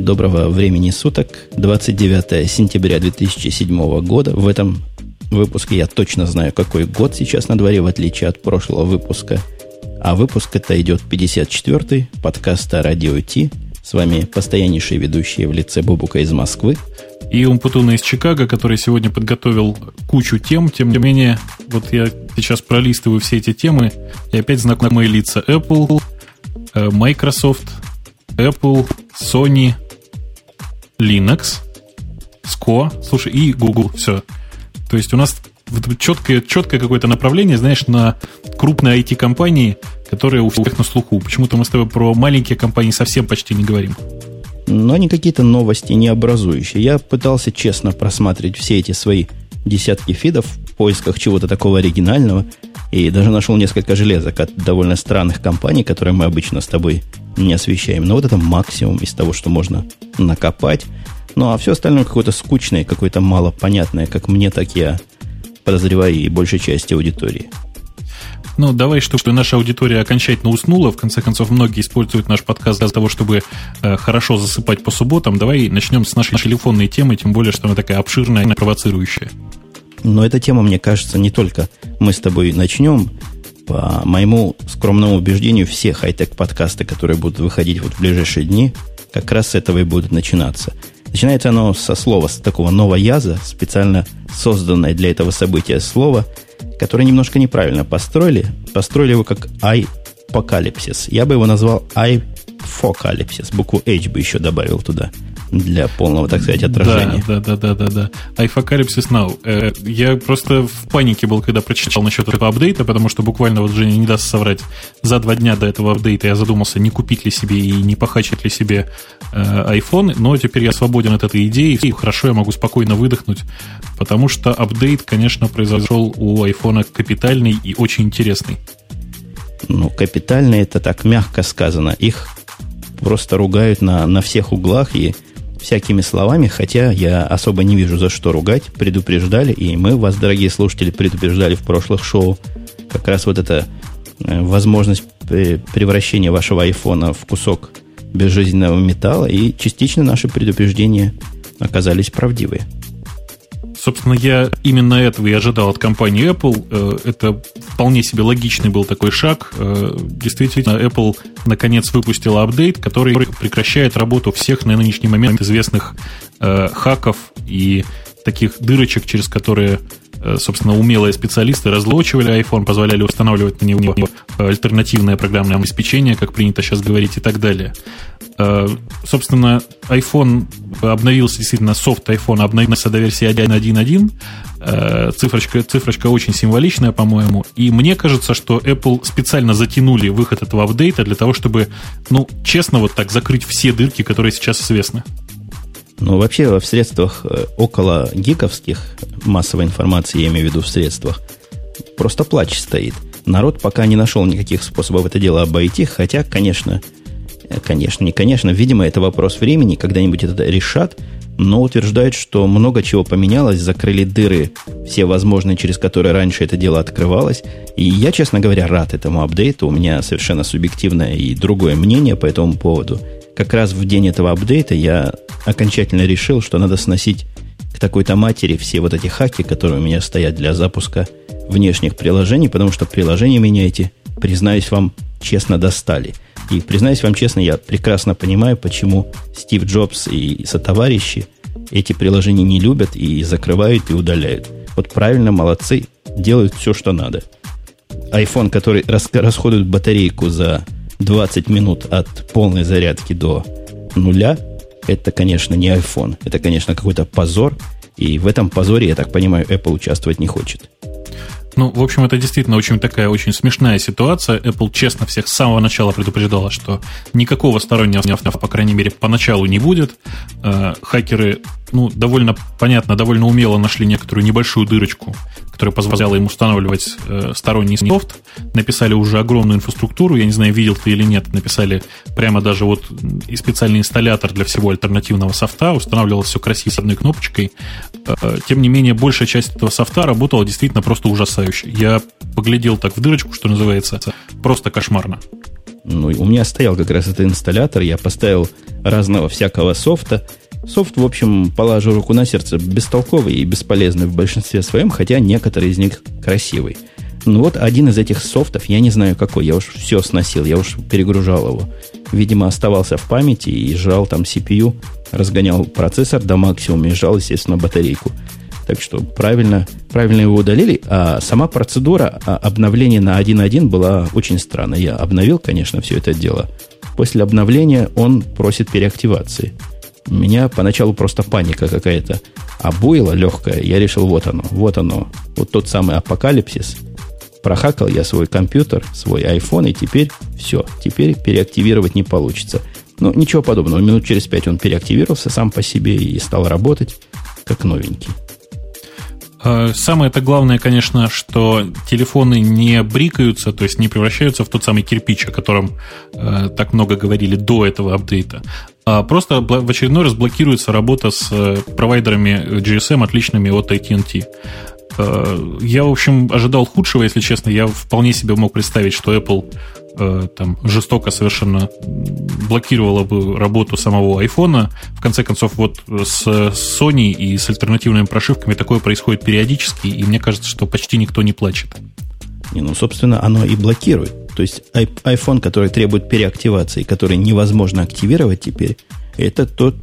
доброго времени суток. 29 сентября 2007 года. В этом выпуске я точно знаю, какой год сейчас на дворе, в отличие от прошлого выпуска. А выпуск это идет 54-й подкаста «Радио Ти». С вами постояннейшие ведущие в лице Бобука из Москвы. И Умпутуна из Чикаго, который сегодня подготовил кучу тем. Тем не менее, вот я сейчас пролистываю все эти темы, и опять знакомые лица: Apple, Microsoft, Apple, Sony, Linux, SCO, слушай, и Google. Все. То есть у нас четкое какое-то направление, знаешь, на крупные IT-компании, которые у всех на слуху. Почему-то мы с тобой про маленькие компании совсем почти не говорим. Но они какие-то новости не образующие. Я пытался честно просматривать все эти свои десятки фидов в поисках чего-то такого оригинального. И даже нашел несколько железок от довольно странных компаний, которые мы обычно с тобой не освещаем. Но вот это максимум из того, что можно накопать. Ну, а все остальное какое-то скучное, какое-то малопонятное, как мне, так я подозреваю и большей части аудитории. Ну, давай, чтобы наша аудитория окончательно уснула. В конце концов, многие используют наш подкаст для того, чтобы хорошо засыпать по субботам. Давай начнем с нашей телефонной темы, тем более, что она такая обширная и провоцирующая. Но эта тема, мне кажется, не только мы с тобой начнем. По моему скромному убеждению, все хай-тек подкасты, которые будут выходить вот в ближайшие дни, как раз с этого и будут начинаться. Начинается оно со слова, с такого новояза, специально созданное для этого события слово, которое немножко неправильно построили. Построили его как iPocalypse. Я бы его назвал iPhocalypse. Букву H бы еще добавил туда для полного, так сказать, отражения. Да. iPhocalypse now. Я просто в панике был, когда прочитал насчет этого апдейта, потому что буквально, вот Женя не даст соврать, за 2 дня до этого апдейта я задумался, не купить ли себе и не похачить ли себе iPhone, но теперь я свободен от этой идеи, и хорошо, я могу спокойно выдохнуть, потому что апдейт, конечно, произошел у iPhone капитальный и очень интересный. Ну, капитальный, это так мягко сказано. Их просто ругают на всех углах и всякими словами, хотя я особо не вижу, за что ругать. Предупреждали, и мы вас, дорогие слушатели, предупреждали в прошлых шоу. Как раз вот эта возможность превращения вашего айфона в кусок безжизненного металла, и частично наши предупреждения оказались правдивые. Собственно, я именно этого и ожидал от компании Apple. Это вполне себе логичный был такой шаг. Действительно, Apple наконец выпустила апдейт, который прекращает работу всех на нынешний момент известных хаков и таких дырочек, через которые, собственно, умелые специалисты разлочивали iPhone, позволяли устанавливать на него альтернативное программное обеспечение, как принято сейчас говорить, и так далее. Собственно, iPhone обновился, действительно, софт iPhone обновился до версии 1.1.1. Цифрочка очень символичная, по-моему. И мне кажется, что Apple специально затянули выход этого апдейта для того, чтобы, честно, вот так закрыть все дырки, которые сейчас известны. Ну, вообще, в средствах около гиковских массовой информации, я имею в виду в средствах, просто плач стоит. Народ пока не нашел никаких способов это дело обойти, хотя, конечно, видимо, это вопрос времени, когда-нибудь это решат, но утверждают, что много чего поменялось, закрыли дыры все возможные, через которые раньше это дело открывалось. И я, честно говоря, рад этому апдейту. У меня совершенно субъективное и другое мнение по этому поводу. Как раз в день этого апдейта я окончательно решил, что надо сносить к такой-то матери все вот эти хаки, которые у меня стоят для запуска внешних приложений, потому что приложения меня эти, признаюсь вам, честно достали. И, признаюсь вам честно, я прекрасно понимаю, почему Стив Джобс и сотоварищи эти приложения не любят и закрывают и удаляют. Вот правильно, молодцы, делают все, что надо. iPhone, который расходует батарейку за 20 минут от полной зарядки до нуля, это, конечно, не iPhone. Это, конечно, какой-то позор. И в этом позоре, я так понимаю, Apple участвовать не хочет. Ну, в общем, это действительно очень смешная ситуация. Apple честно всех с самого начала предупреждала, что никакого стороннего, по крайней мере, поначалу не будет. Хакеры, довольно понятно, довольно умело нашли некоторую небольшую дырочку, которая позволяла им устанавливать сторонний софт. Написали уже огромную инфраструктуру, я не знаю, видел ты или нет, написали прямо даже вот и специальный инсталлятор для всего альтернативного софта, устанавливалось все красиво с одной кнопочкой. Тем не менее, большая часть этого софта работала действительно просто ужасающе. Я поглядел так в дырочку, что называется, просто кошмарно. Ну, у меня стоял как раз этот инсталлятор, я поставил разного всякого софта. Софт, в общем, положу руку на сердце, бестолковый и бесполезный в большинстве своем, хотя некоторые из них красивые. Ну вот один из этих софтов, я не знаю какой, я уж все сносил, я уж перегружал его. Видимо, оставался в памяти и жрал там CPU, разгонял процессор до максимума и жрал, естественно, батарейку. Так что правильно его удалили. А сама процедура обновления на 1.1 была очень странная. Я обновил, конечно, все это дело. После обновления он просит переактивации. У меня поначалу просто паника какая-то обуяла легкая. Я решил, вот оно. Вот тот самый апокалипсис. Прохакал я свой компьютер, свой iPhone, и теперь все. Теперь переактивировать не получится. Ну, ничего подобного. Минут через 5 он переактивировался сам по себе и стал работать как новенький. Самое-то главное, конечно, что телефоны не брикаются, то есть не превращаются в тот самый кирпич, о котором так много говорили до этого апдейта, а просто в очередной раз блокируется работа с провайдерами GSM, отличными от AT&T. Я, в общем, ожидал худшего, если честно. Я вполне себе мог представить, что Apple там жестоко совершенно блокировала бы работу самого iPhone. В конце концов, вот с Sony и с альтернативными прошивками такое происходит периодически, и мне кажется, что почти никто не плачет. Ну, собственно, оно и блокирует. То есть iPhone, который требует переактивации, который невозможно активировать теперь, это тот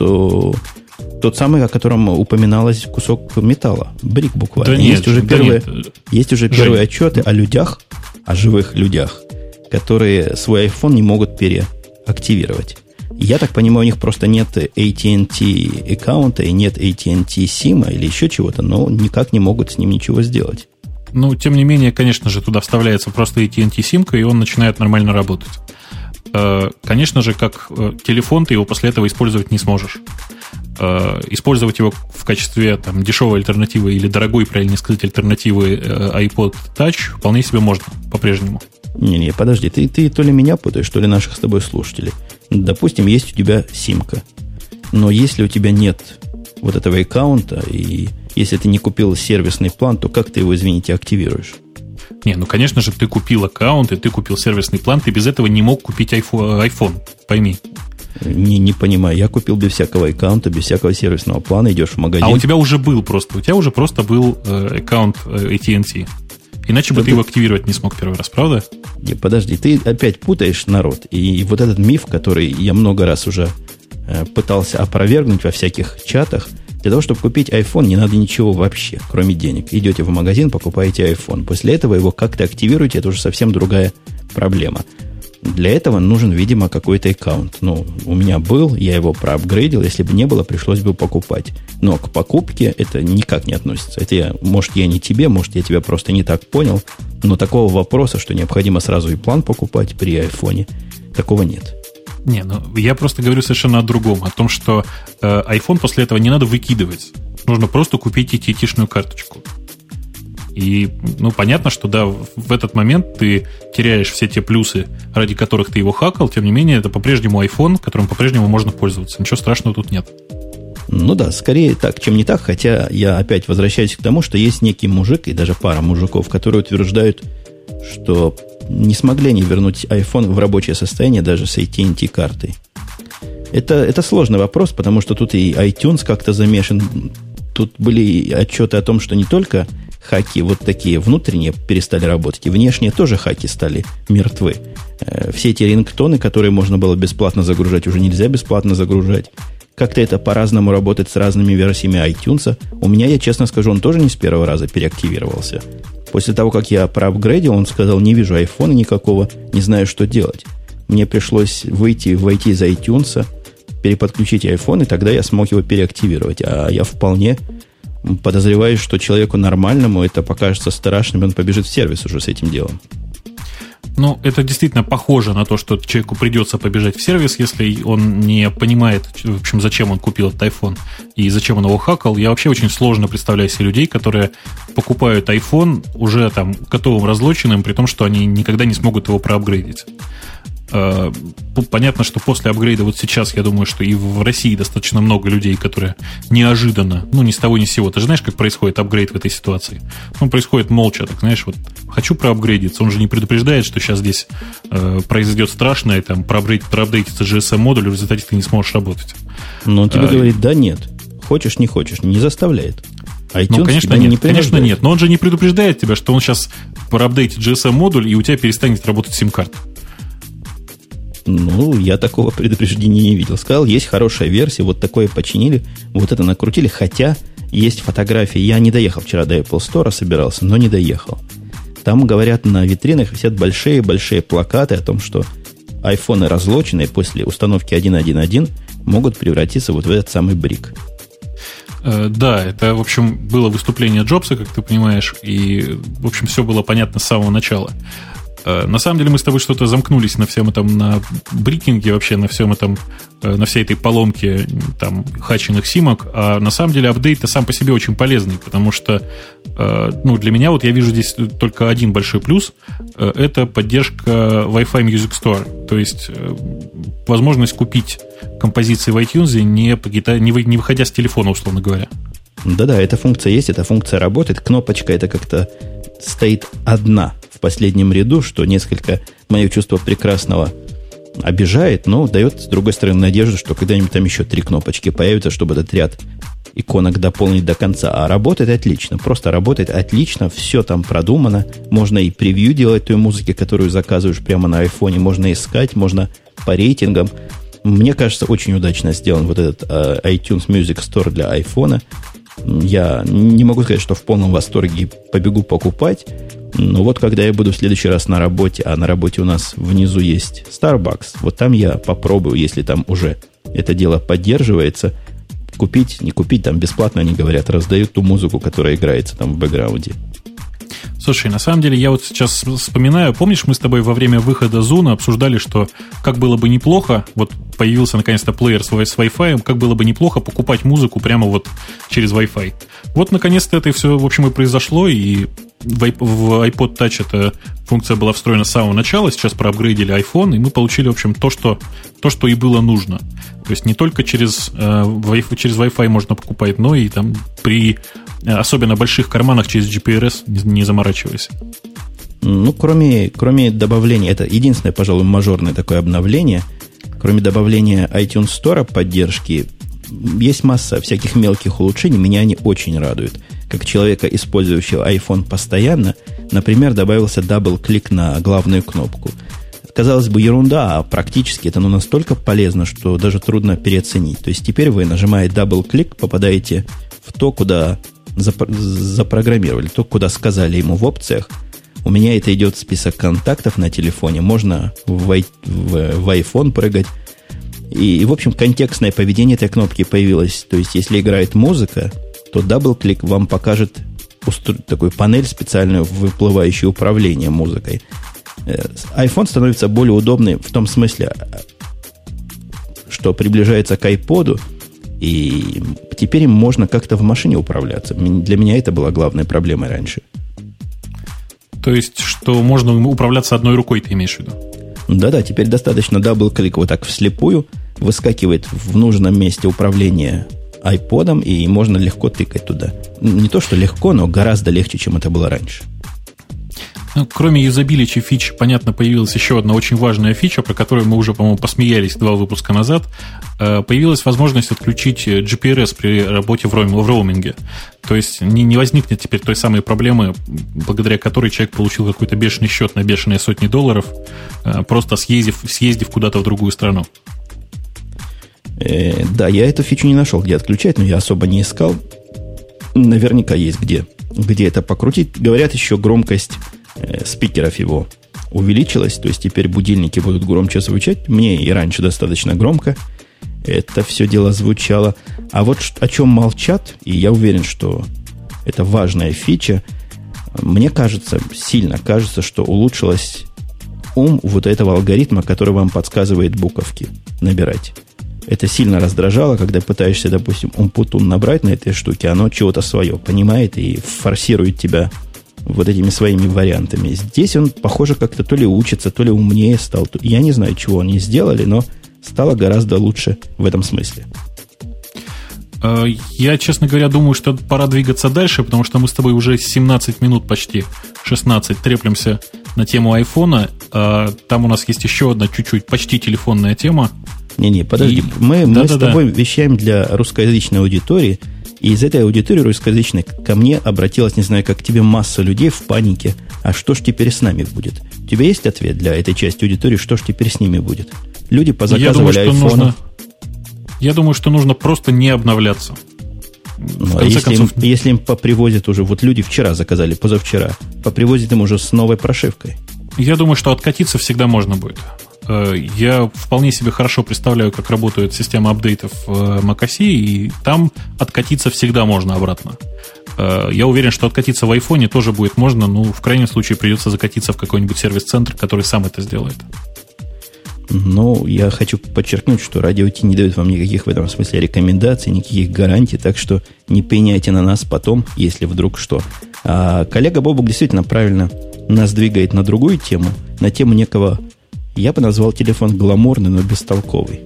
самый, о котором упоминалось кусок металла. Брик буквально. Да есть уже первые отчеты о людях, о живых людях, которые свой iPhone не могут переактивировать. Я так понимаю, у них просто нет AT&T аккаунта и нет AT&T SIM или еще чего-то, но никак не могут с ним ничего сделать. Ну, тем не менее, конечно же, туда вставляется просто AT&T SIM-ка, и он начинает нормально работать. Конечно же, как телефон ты его после этого использовать не сможешь. Использовать его в качестве там, дешевой альтернативы или дорогой, правильно сказать, альтернативы iPod Touch вполне себе можно по-прежнему. Не, подожди, ты то ли меня путаешь, то ли наших с тобой слушателей. Допустим, есть у тебя симка, но если у тебя нет вот этого аккаунта, и если ты не купил сервисный план, то как ты его, извините, активируешь? Не, ну, конечно же, ты купил аккаунт, и ты купил сервисный план, ты без этого не мог купить iPhone, пойми. Не понимаю, я купил без всякого аккаунта, без всякого сервисного плана, идешь в магазин. А у тебя уже был аккаунт AT&T. Иначе бы ты его активировать не смог первый раз, правда? Не, подожди, ты опять путаешь народ. И вот этот миф, который я много раз уже пытался опровергнуть во всяких чатах, для того, чтобы купить iPhone, не надо ничего вообще, кроме денег. Идете в магазин, покупаете iPhone. После этого его как-то активируете, это уже совсем другая проблема. Для этого нужен, видимо, какой-то аккаунт. Ну, у меня был, я его проапгрейдил. Если бы не было, пришлось бы покупать. Но к покупке это никак не относится. Это может, я не тебе, может, я тебя просто не так понял. Но такого вопроса, что необходимо сразу и план покупать при айфоне, такого нет. Не, ну я просто говорю совершенно о другом. О том, что iPhone после этого не надо выкидывать. Нужно просто купить AT&T-шную карточку. И, ну, понятно, что, да, в этот момент ты теряешь все те плюсы, ради которых ты его хакал, тем не менее, это по-прежнему iPhone, которым по-прежнему можно пользоваться. Ничего страшного тут нет. Ну да, скорее так, чем не так, хотя я опять возвращаюсь к тому, что есть некий мужик, и даже пара мужиков, которые утверждают, что не смогли они вернуть iPhone в рабочее состояние даже с AT&T картой. Это сложный вопрос, потому что тут и iTunes как-то замешан. Тут были отчеты о том, что не только хаки вот такие внутренние перестали работать, и внешние тоже хаки стали мертвы. Все эти рингтоны, которые можно было бесплатно загружать, уже нельзя бесплатно загружать. Как-то это по-разному работает с разными версиями iTunes. У меня, я честно скажу, он тоже не с первого раза переактивировался. После того, как я проапгрейдил, он сказал, не вижу айфона никакого, не знаю, что делать. Мне пришлось войти из iTunes, переподключить iPhone, и тогда я смог его переактивировать. А я вполне подозреваю, что человеку нормальному это покажется страшным, и он побежит в сервис уже с этим делом. Ну, это действительно похоже на то, что человеку придется побежать в сервис, если он не понимает, в общем, зачем он купил этот iPhone и зачем он его хакал. Я вообще очень сложно представляю себе людей, которые покупают iPhone уже там готовым разлоченным, при том, что они никогда не смогут его проапгрейдить. Понятно, что после апгрейда вот сейчас, я думаю, что и в России достаточно много людей, которые неожиданно, ни с того ни с сего. Ты же знаешь, как происходит апгрейд в этой ситуации? Он происходит молча, так знаешь, вот хочу проапгрейдиться, он же не предупреждает, что сейчас здесь произойдет страшное, там проапдейтится GSM-модуль, в результате ты не сможешь работать. Но он тебе говорит, да нет, хочешь, не хочешь, не заставляет. iTunes конечно нет, но он же не предупреждает тебя, что он сейчас проапдейтит GSM-модуль, и у тебя перестанет работать сим-карта. Я такого предупреждения не видел. Сказал, есть хорошая версия, вот такое починили, вот это накрутили, хотя есть фотографии. Я не доехал вчера до Apple Store, собирался, но не доехал. Там, говорят, на витринах висят большие-большие плакаты о том, что айфоны, разлоченные после установки 1.1.1, могут превратиться вот в этот самый брик. Да, это, в общем, было выступление Джобса, как ты понимаешь, и, в общем, все было понятно с самого начала. На самом деле мы с тобой что-то замкнулись на всем этом, на брикинге вообще, на всем этом, на всей этой поломке там хаченных симок, а на самом деле апдейт-то сам по себе очень полезный, потому что, для меня вот я вижу здесь только один большой плюс, это поддержка Wi-Fi Music Store, то есть возможность купить композиции в iTunes, не выходя с телефона, условно говоря. Да-да, эта функция есть, эта функция работает, кнопочка это как-то стоит одна в последнем ряду, что несколько мое чувство прекрасного обижает, но дает, с другой стороны, надежду, что когда-нибудь там еще 3 кнопочки появятся, чтобы этот ряд иконок дополнить до конца. А работает отлично, просто работает отлично, все там продумано. Можно и превью делать той музыки, которую заказываешь прямо на айфоне, можно искать, можно по рейтингам. Мне кажется, очень удачно сделан вот этот iTunes Music Store для айфона. Я не могу сказать, что в полном восторге побегу покупать, но вот когда я буду в следующий раз на работе, а на работе у нас внизу есть Starbucks, вот там я попробую, если там уже это дело поддерживается, купить, не купить, там бесплатно, они говорят, раздают ту музыку, которая играется там в бэкграунде. Слушай, на самом деле я вот сейчас вспоминаю, помнишь, мы с тобой во время выхода Зуна обсуждали, что как было бы неплохо, вот появился наконец-то плеер с Wi-Fi, как было бы неплохо покупать музыку прямо вот через Wi-Fi. Вот наконец-то это все, в общем, и произошло, и в iPod Touch эта функция была встроена с самого начала, сейчас проапгрейдили iPhone, и мы получили, в общем, то, что и было нужно. То есть не только через Wi-Fi можно покупать, но и там при особенно больших карманах через GPRS не заморачивайся. Кроме добавления, это единственное, пожалуй, мажорное такое обновление, кроме добавления iTunes Store поддержки, есть масса всяких мелких улучшений, меня они очень радуют. Как человека, использующего iPhone постоянно, например, добавился дабл-клик на главную кнопку. Казалось бы, ерунда, а практически это настолько полезно, что даже трудно переоценить. То есть теперь вы, нажимая дабл-клик, попадаете в то, куда запрограммировали, то, куда сказали ему в опциях. У меня это идет список контактов на телефоне, можно в iPhone прыгать. И, в общем, контекстное поведение этой кнопки появилось. То есть, если играет музыка, то дабл-клик вам покажет такую панель специальную, выплывающую управление музыкой. iPhone становится более удобным в том смысле, что приближается к iPod'у, и теперь им можно как-то в машине управляться. Для меня это была главной проблемой раньше. То есть, что можно управляться одной рукой, ты имеешь в виду? Да-да, теперь достаточно дабл-клик вот так вслепую, выскакивает в нужном месте управление iPod'ом, и можно легко тыкать туда. Не то, что легко, но гораздо легче, чем это было раньше. Кроме юзабилити фич, понятно, появилась еще одна очень важная фича, про которую мы уже, по-моему, посмеялись 2 выпуска назад. Появилась возможность отключить GPRS при работе в роуминге. То есть не возникнет теперь той самой проблемы, благодаря которой человек получил какой-то бешеный счет на бешеные сотни долларов, просто съездив куда-то в другую страну. Да, я эту фичу не нашел, где отключать, но я особо не искал. Наверняка есть где это покрутить. Говорят, еще громкость спикеров его увеличилась, то есть теперь будильники будут громче звучать. Мне и раньше достаточно громко это все дело звучало. А вот о чем молчат, и я уверен, что это важная фича, мне кажется, сильно кажется, что улучшилась ум вот этого алгоритма, который вам подсказывает буковки набирать. Это сильно раздражало, когда пытаешься, допустим, умпутун набрать на этой штуке, оно чего-то свое понимает и форсирует тебя вот этими своими вариантами. Здесь он, похоже, как-то то ли учится, то ли умнее стал. Я не знаю, чего они сделали, но стало гораздо лучше в этом смысле. Я, честно говоря, думаю, что пора двигаться дальше, потому что мы с тобой уже 17 минут, почти 16, треплемся на тему айфона. Там у нас есть еще одна чуть-чуть почти телефонная тема. Не-не, подожди. Мы с тобой вещаем для русскоязычной аудитории, и из этой аудитории русскоязычной ко мне обратилась, не знаю, как к тебе, масса людей в панике. А что ж теперь с нами будет? У тебя есть ответ для этой части аудитории, что ж теперь с ними будет? Люди позаказывали айфонов. Я думаю, что нужно просто не обновляться. Ну, если им попривозят уже, вот люди вчера заказали, позавчера, попривозят им уже с новой прошивкой. Я думаю, что откатиться всегда можно будет. Я вполне себе хорошо представляю, как работает система апдейтов в macOS, и там откатиться всегда можно обратно. Я уверен, что откатиться в айфоне тоже будет можно, но в крайнем случае придется закатиться в какой-нибудь сервис-центр, который сам это сделает. Ну, я хочу подчеркнуть, что Радио Ти не дает вам никаких в этом смысле рекомендаций, никаких гарантий, так что не пеняйте на нас потом, если вдруг что. А коллега Бобук действительно правильно нас двигает на другую тему, на тему некого, я бы назвал телефон гламурный, но бестолковый.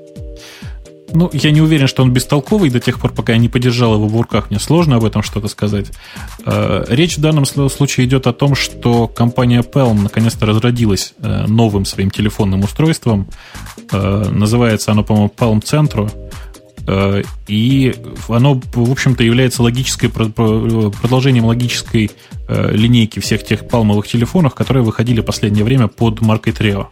Ну, я не уверен, что он бестолковый до тех пор, пока я не подержал его в руках. Мне сложно об этом что-то сказать. Речь в данном случае идет о том, что компания Palm наконец-то разродилась новым своим телефонным устройством. Называется оно, по-моему, Palm Centro. И оно, в общем-то, является продолжением логической линейки всех тех палмовых телефонов, которые выходили в последнее время под маркой Treo.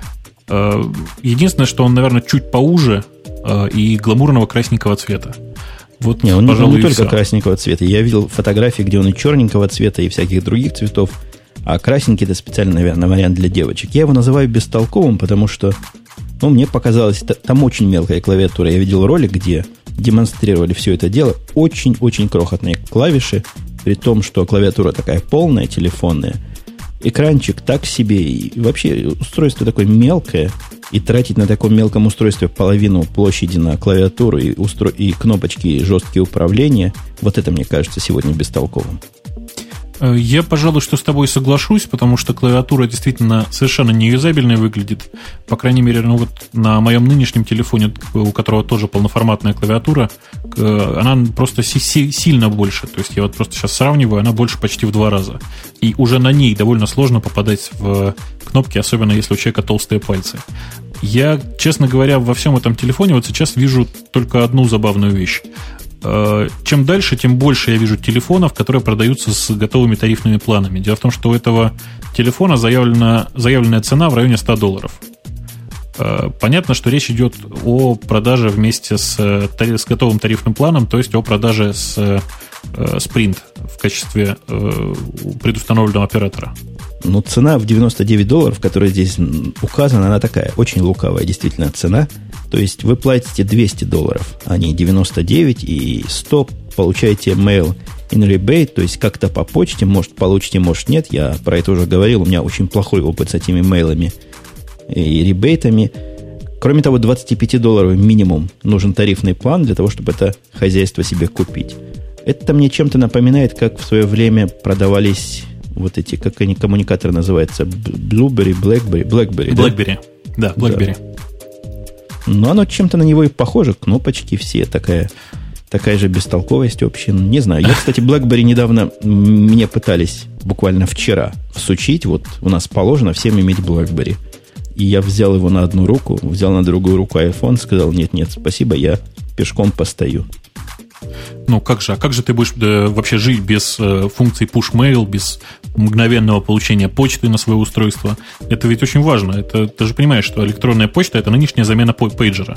Единственное, что он, наверное, чуть поуже и гламурного красненького цвета. Вот, не, он не только красненького цвета. Я видел фотографии, где он и черненького цвета, и всяких других цветов. А красненький — это специально, наверное, вариант для девочек. Я его называю бестолковым, потому что, ну, мне показалось, там очень мелкая клавиатура. Я видел ролик, где демонстрировали все это дело. Очень-очень крохотные клавиши, при том, что клавиатура такая полная, телефонная. Экранчик так себе. И вообще устройство такое мелкое. И тратить на таком мелком устройстве половину площади на клавиатуру и кнопочки, и жесткие управления, вот это, мне кажется, сегодня бестолковым. Я, пожалуй, что с тобой соглашусь, потому что клавиатура действительно совершенно неюзабельной выглядит. По крайней мере, ну вот на моем нынешнем телефоне, у которого тоже полноформатная клавиатура, она просто сильно больше. То есть я вот просто сейчас сравниваю, она больше почти в 2 раза. И уже на ней довольно сложно попадать в кнопки, особенно если у человека толстые пальцы. Я, честно говоря, во всем этом телефоне вот сейчас вижу только одну забавную вещь. Чем дальше, тем больше я вижу телефонов, которые продаются с готовыми тарифными планами. Дело в том, что у этого телефона заявленная цена в районе $100. Понятно, что речь идет о продаже вместе с готовым тарифным планом, то есть о продаже с Sprint в качестве предустановленного оператора. Ну, цена в $99, которая здесь указана, она такая, очень лукавая действительно цена. То есть вы платите $200, а не 99, и 100 получаете mail in rebate, то есть как-то по почте, может получите, может нет. Я про это уже говорил, у меня очень плохой опыт с этими мейлами и ребейтами. Кроме того, $25 минимум нужен тарифный план для того, чтобы это хозяйство себе купить. Это мне чем-то напоминает, как в свое время продавались вот эти, как они, коммуникаторы называются, BlackBerry, да? BlackBerry. Но оно чем-то на него и похоже. Кнопочки все, такая же бестолковость общая. Не знаю. Я, кстати, BlackBerry недавно мне пытались буквально вчера всучить. Вот у нас положено всем иметь BlackBerry. И я взял его на одну руку, взял на другую руку iPhone, сказал, нет, спасибо, я пешком постою. Ну, как же ты будешь вообще жить без функции push-mail, без мгновенного получения почты на свое устройство? Это ведь очень важно. Ты же понимаешь, что электронная почта – это нынешняя замена пейджера.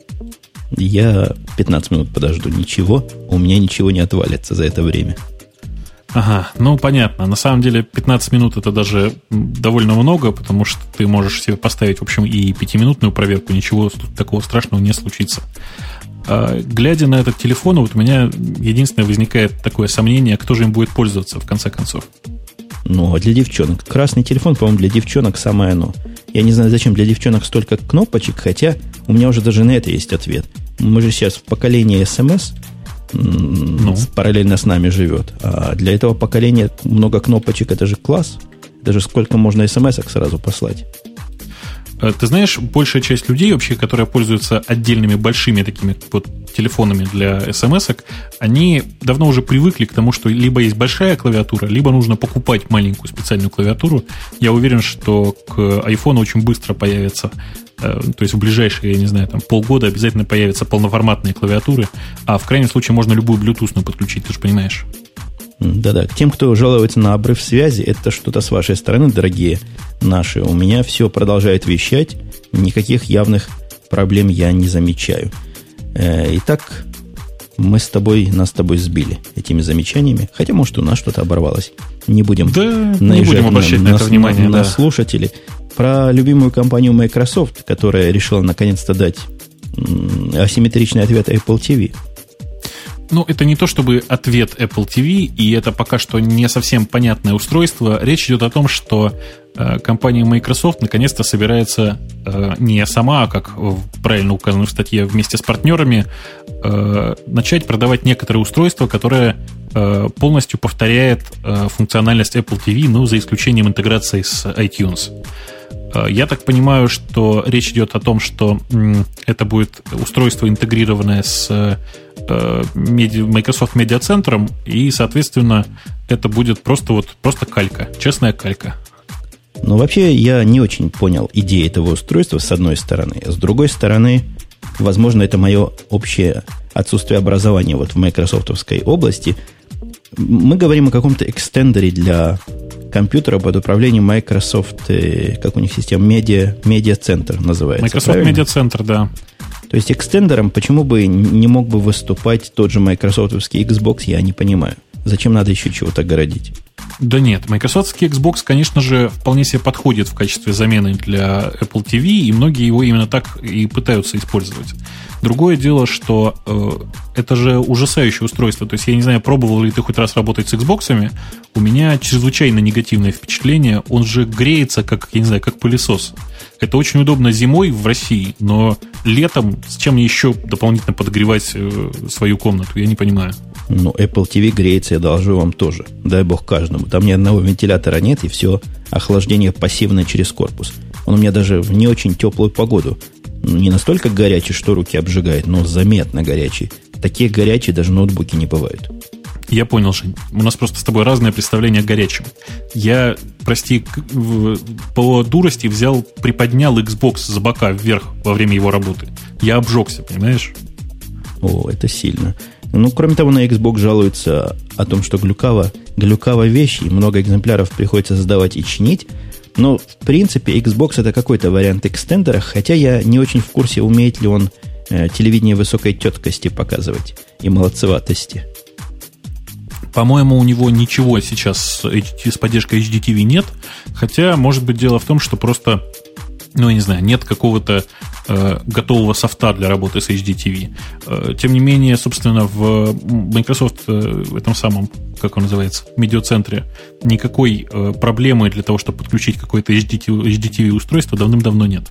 Я 15 минут подожду. Ничего, у меня ничего не отвалится за это время. Ага, ну, понятно. На самом деле 15 минут – это даже довольно много, потому что ты можешь себе поставить, в общем, и 5-минутную проверку. Ничего такого страшного не случится. Глядя на этот телефон, вот у меня единственное возникает такое сомнение, кто же им будет пользоваться в конце концов. Ну, а для девчонок. Красный телефон, по-моему, для девчонок самое оно. Я не знаю, зачем для девчонок столько кнопочек, хотя у меня уже даже на это есть ответ. Мы же сейчас в поколении SMS, параллельно с нами живет. А для этого поколения много кнопочек, это же класс. Даже сколько можно смс-ок сразу послать. Ты знаешь, большая часть людей вообще, которые пользуются отдельными большими такими вот телефонами для смс-ок, они давно уже привыкли к тому, что либо есть большая клавиатура, либо нужно покупать маленькую специальную клавиатуру. Я уверен, что к iPhone очень быстро появится, то есть в ближайшие, я не знаю, там полгода обязательно появятся полноформатные клавиатуры, а в крайнем случае можно любую Bluetooth подключить, ты же понимаешь. Да-да, к тем, кто жалуется на обрыв связи, это что-то с вашей стороны, дорогие наши. У меня все продолжает вещать, никаких явных проблем я не замечаю. Итак, нас с тобой сбили этими замечаниями, хотя, может, у нас что-то оборвалось. Не будем обращать на это внимание. На слушателей. Про любимую компанию Microsoft, которая решила наконец-то дать асимметричный ответ Apple TV. Ну, это не то чтобы ответ Apple TV, и это пока что не совсем понятное устройство. Речь идет о том, что компания Microsoft наконец-то собирается не сама, а как правильно указано в статье, вместе с партнерами начать продавать некоторые устройства, которые полностью повторяет функциональность Apple TV, ну, за исключением интеграции с iTunes. Я так понимаю, что речь идет о том, что это будет устройство, интегрированное с Microsoft Media Center, и, соответственно, это будет просто калька, честная калька. Но вообще я не очень понял идеи этого устройства, с одной стороны. С другой стороны, возможно, это мое общее отсутствие образования вот в майкрософтовской области. Мы говорим о каком-то экстендере для компьютера под управлением Microsoft, как у них система, Media Center называется. Microsoft правильно? Media Center, да. То есть экстендером почему бы не мог бы выступать тот же майкрософтовский Xbox, я не понимаю. Зачем надо еще чего-то городить? Да нет, майкрософтский Xbox, конечно же, вполне себе подходит в качестве замены для Apple TV, и многие его именно так и пытаются использовать. Другое дело, что это же ужасающее устройство. То есть, я не знаю, пробовал ли ты хоть раз работать с Xbox'ами. У меня чрезвычайно негативное впечатление. Он же греется, как, я не знаю, как пылесос. Это очень удобно зимой в России, но летом с чем мне еще дополнительно подогревать свою комнату, я не понимаю. Ну, Apple TV греется, я должу вам тоже. Дай бог каждому. Там ни одного вентилятора нет, и все охлаждение пассивное через корпус. Он у меня даже в не очень теплую погоду не настолько горячий, что руки обжигает, но заметно горячий. Такие горячие даже ноутбуки не бывают. Я понял, Жень. У нас просто с тобой разное представление о горячем. Я, прости, по дурости приподнял Xbox с бока вверх во время его работы. Я обжегся, понимаешь? О, это сильно. Ну, кроме того, на Xbox жалуются о том, что глюкава вещь, и много экземпляров приходится сдавать и чинить. Но, в принципе, Xbox это какой-то вариант экстендера, хотя я не очень в курсе, умеет ли он телевидение высокой четкости показывать и молодцеватости. По-моему, у него ничего сейчас с поддержкой HDTV нет, хотя, может быть, дело в том, что просто, ну, я не знаю, нет какого-то готового софта для работы с HDTV. Тем не менее, собственно, в Microsoft, в этом самом, как он называется, медиацентре, никакой проблемы для того, чтобы подключить какое-то HDTV устройство, давным-давно нет.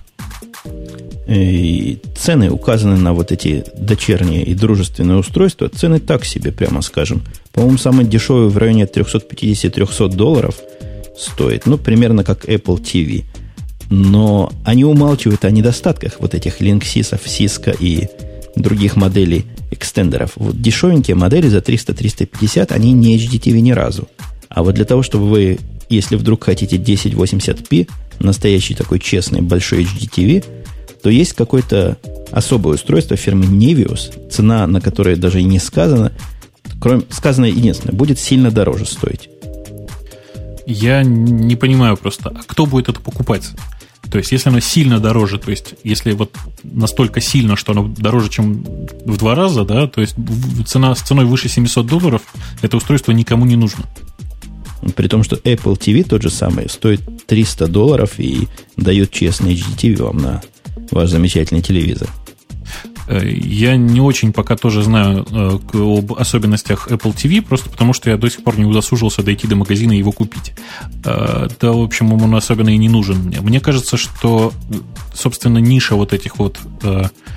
И цены указаны на вот эти дочерние и дружественные устройства. Цены так себе, прямо скажем. По-моему, самый дешевый в районе $350-300 стоит. Ну, примерно как Apple TV. Но они умалчивают о недостатках вот этих Linksys, Cisco и других моделей экстендеров. Вот дешевенькие модели за 300-350, они не HDTV ни разу. А вот для того, чтобы вы, если вдруг хотите 1080p, настоящий такой честный большой HDTV, то есть какое-то особое устройство фирмы Nevius, цена на которое даже и не сказано, сказано единственное, будет сильно дороже стоить. Я не понимаю просто, а кто будет это покупать? То есть, если оно сильно дороже, то есть, если вот настолько сильно, что оно дороже, чем в 2 раза, да, то есть, с ценой выше $700, это устройство никому не нужно. При том, что Apple TV тот же самый стоит $300 и дает честный HDTV вам на ваш замечательный телевизор. Я не очень пока тоже знаю об особенностях Apple TV, просто потому что я до сих пор не удосужился дойти до магазина и его купить. Да, в общем, он особенно и не нужен мне. Мне кажется, что, собственно, ниша вот этих вот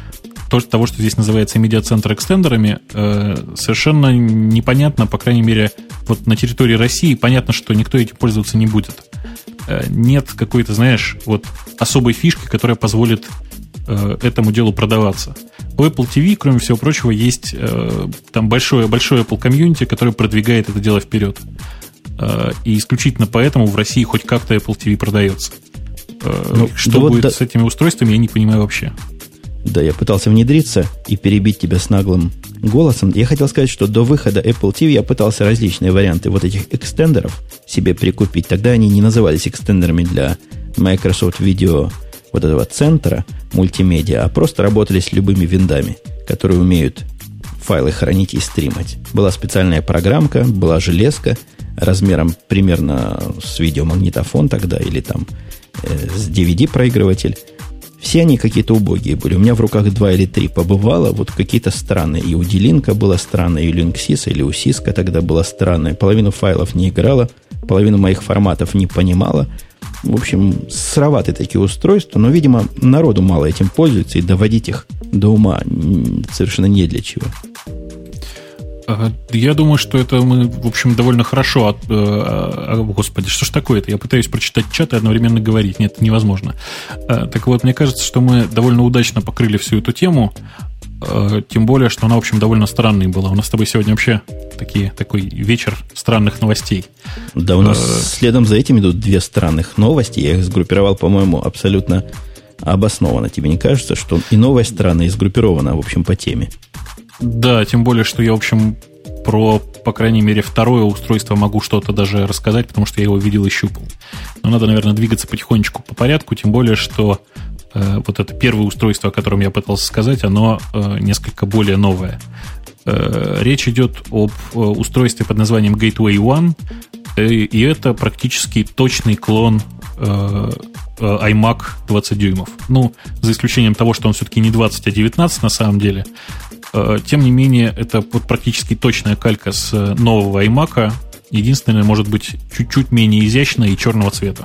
того, что здесь называется медиацентр экстендерами, совершенно непонятно, по крайней мере, вот на территории России понятно, что никто этим пользоваться не будет. Нет какой-то, знаешь, вот особой фишки, которая позволит этому делу продаваться. У Apple TV, кроме всего прочего, есть там большое Apple комьюнити, которое продвигает это дело вперед. И исключительно поэтому в России хоть как-то Apple TV продается. Что будет с этими устройствами, я не понимаю вообще. Да, я пытался внедриться и перебить тебя с наглым голосом. Я хотел сказать, что до выхода Apple TV я пытался различные варианты вот этих экстендеров себе прикупить. Тогда они не назывались экстендерами для Microsoft Video вот этого центра мультимедиа, а просто работали с любыми виндами, которые умеют файлы хранить и стримать. Была специальная программка, была железка размером примерно с видеомагнитофон тогда или там с DVD-проигрыватель. Все они какие-то убогие были. У меня в руках 2 или 3 побывало, вот какие-то странные. И у D-Link была странная, и у Linksys, или у Cisco тогда была странная. Половину файлов не играла, половину моих форматов не понимала. В общем, сыроватые такие устройства, но, видимо, народу мало этим пользуется, и доводить их до ума совершенно не для чего. Я думаю, что это мы, в общем, довольно хорошо... Господи, что ж такое-то? Я пытаюсь прочитать чат и одновременно говорить. Нет, это невозможно. Так вот, мне кажется, что мы довольно удачно покрыли всю эту тему, тем более, что она, в общем, довольно странной была. У нас с тобой сегодня вообще такой вечер странных новостей. Да, у нас следом за этим идут 2 странных новости. Я их сгруппировал, по-моему, абсолютно обоснованно. Тебе не кажется, что и новость странная, и сгруппирована, в общем, по теме? Да, тем более, что я, в общем, по крайней мере, второе устройство могу что-то даже рассказать, потому что я его видел и щупал. Но надо, наверное, двигаться потихонечку по порядку, тем более, что вот это первое устройство, о котором я пытался сказать, оно несколько более новое. Речь идет об устройстве под названием Gateway One, и это практически точный клон iMac 20 дюймов. Ну, за исключением того, что он все-таки не 20, а 19 на самом деле. Тем не менее, это вот практически точная калька с нового iMac. Единственное, может быть, чуть-чуть менее изящная и черного цвета.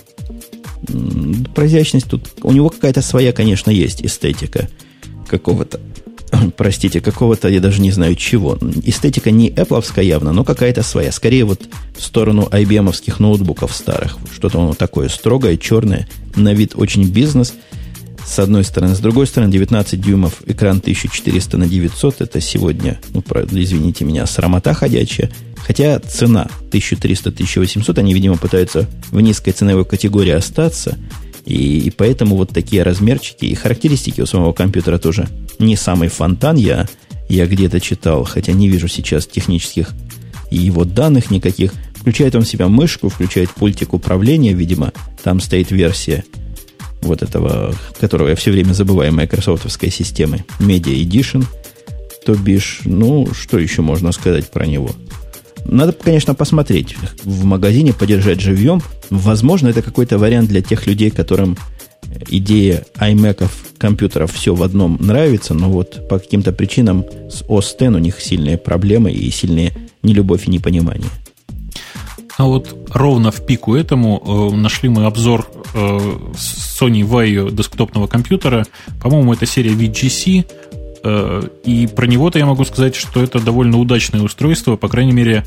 Про изящность тут... У него какая-то своя, конечно, есть эстетика какого-то. Простите, какого-то, я даже не знаю чего. Эстетика не Apple'овская явно, но какая-то своя. Скорее вот в сторону IBM-овских ноутбуков старых. Что-то оно такое строгое, черное, на вид очень бизнес. С одной стороны. С другой стороны, 19 дюймов, экран 1400 на 900. Это сегодня, извините меня, срамота ходячая. Хотя цена 1300-1800, они, видимо, пытаются в низкой ценовой категории остаться. И поэтому вот такие размерчики и характеристики у самого компьютера тоже не самый фонтан. Я где-то читал, хотя не вижу сейчас технических его данных никаких. Включает он в себя мышку, включает пультик управления, видимо, там стоит версия вот этого, которого я все время забываю, майкрософтовской системы, Media Edition, то бишь, что еще можно сказать про него? Надо, конечно, посмотреть в магазине, подержать живьем. Возможно, это какой-то вариант для тех людей, которым идея iMac'ов, компьютеров все в одном нравится, но вот по каким-то причинам с OS X у них сильные проблемы и сильные нелюбовь и непонимание. А вот ровно в пику этому нашли мы обзор Sony Vaio десктопного компьютера. По-моему, это серия VGC. И про него-то я могу сказать, что это довольно удачное устройство. По крайней мере,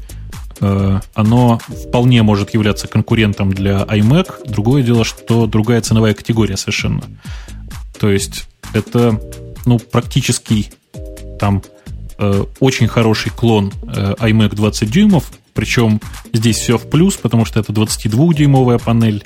оно вполне может являться конкурентом для iMac. Другое дело, что другая ценовая категория совершенно. То есть это практически там очень хороший клон iMac 20 дюймов. Причем здесь все в плюс, потому что это 22-дюймовая панель.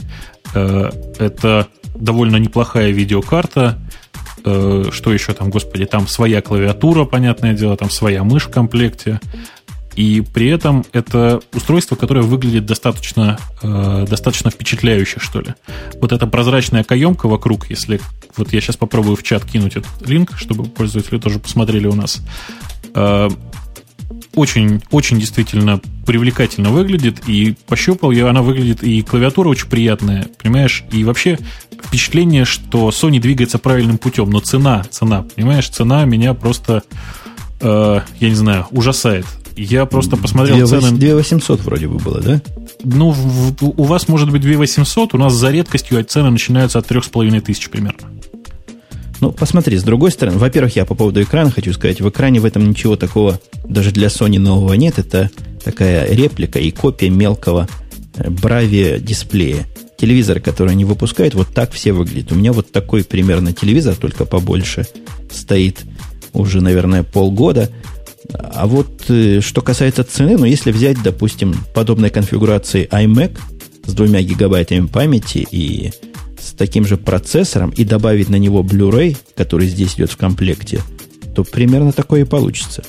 Это довольно неплохая видеокарта. Что еще там, господи, там своя клавиатура, понятное дело, там своя мышь в комплекте. И при этом это устройство, которое выглядит достаточно впечатляюще, что ли. Вот эта прозрачная каемка вокруг, если... Вот я сейчас попробую в чат кинуть этот линк, чтобы пользователи тоже посмотрели у нас. Очень, очень действительно привлекательно выглядит, и пощупал я, она выглядит, и клавиатура очень приятная, понимаешь, и вообще впечатление, что Sony двигается правильным путем, но цена, понимаешь, цена меня просто, я не знаю, ужасает. Я просто посмотрел цены... 2800 вроде бы было, да? У вас может быть 2800, у нас за редкостью цены начинаются от 3500 примерно. Ну, посмотри, с другой стороны, во-первых, я по поводу экрана хочу сказать, в экране в этом ничего такого даже для Sony нового нет. Это такая реплика и копия мелкого Bravia дисплея. Телевизор, который они выпускают, вот так все выглядят. У меня вот такой примерно телевизор, только побольше, стоит уже, наверное, полгода. А вот что касается цены, ну, если взять, допустим, подобной конфигурации iMac с 2 гигабайтами памяти и с таким же процессором и добавить на него Blu-ray, который здесь идет в комплекте, то примерно такое и получится.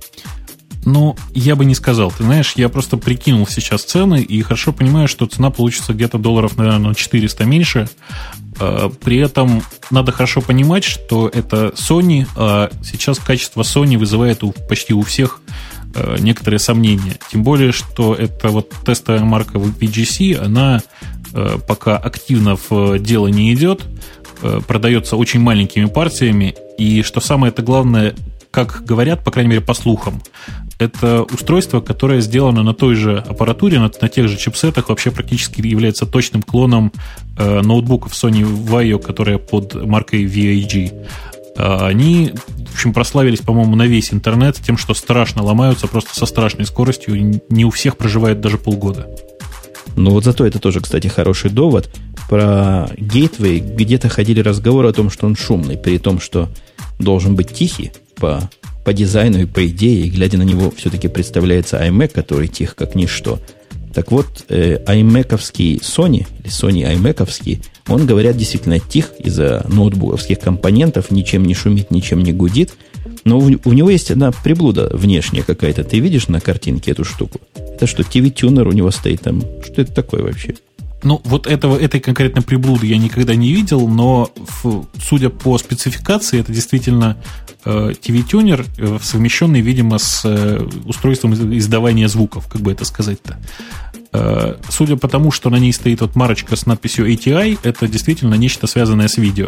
Ну, я бы не сказал. Ты знаешь, я просто прикинул сейчас цены и хорошо понимаю, что цена получится где-то долларов, наверное, на 400 меньше. При этом надо хорошо понимать, что это Sony, а сейчас качество Sony вызывает почти у всех некоторые сомнения. Тем более, что это вот тестовая марка VGC, она пока активно в дело не идет, продается очень маленькими партиями, и что самое-то главное, как говорят, по крайней мере, по слухам, это устройство, которое сделано на той же аппаратуре, на тех же чипсетах, вообще практически является точным клоном ноутбуков Sony Vaio, которые под маркой VAG. Они, в общем, прославились, по-моему, на весь интернет тем, что страшно ломаются, просто со страшной скоростью, не у всех проживает даже полгода. Ну вот зато это тоже, кстати, хороший довод. Про Gateway где-то ходили разговоры о том, что он шумный, при том, что должен быть тихий по дизайну и по идее, и глядя на него, все-таки представляется iMac, который тих как ничто. Так вот, iMac-овский Sony, или Sony iMac-овский, он, говорят, действительно тих из-за ноутбуковских компонентов, ничем не шумит, ничем не гудит, но у него есть одна приблуда внешняя какая-то. Ты видишь на картинке эту штуку? Это что, TV-тюнер у него стоит там? Что это такое вообще? Ну, вот этой конкретно приблуды я никогда не видел, но судя по спецификации, это действительно TV-тюнер, совмещенный, видимо, с устройством издавания звуков, как бы это сказать-то. Судя по тому, что на ней стоит вот марочка с надписью ATI, это действительно нечто связанное с видео.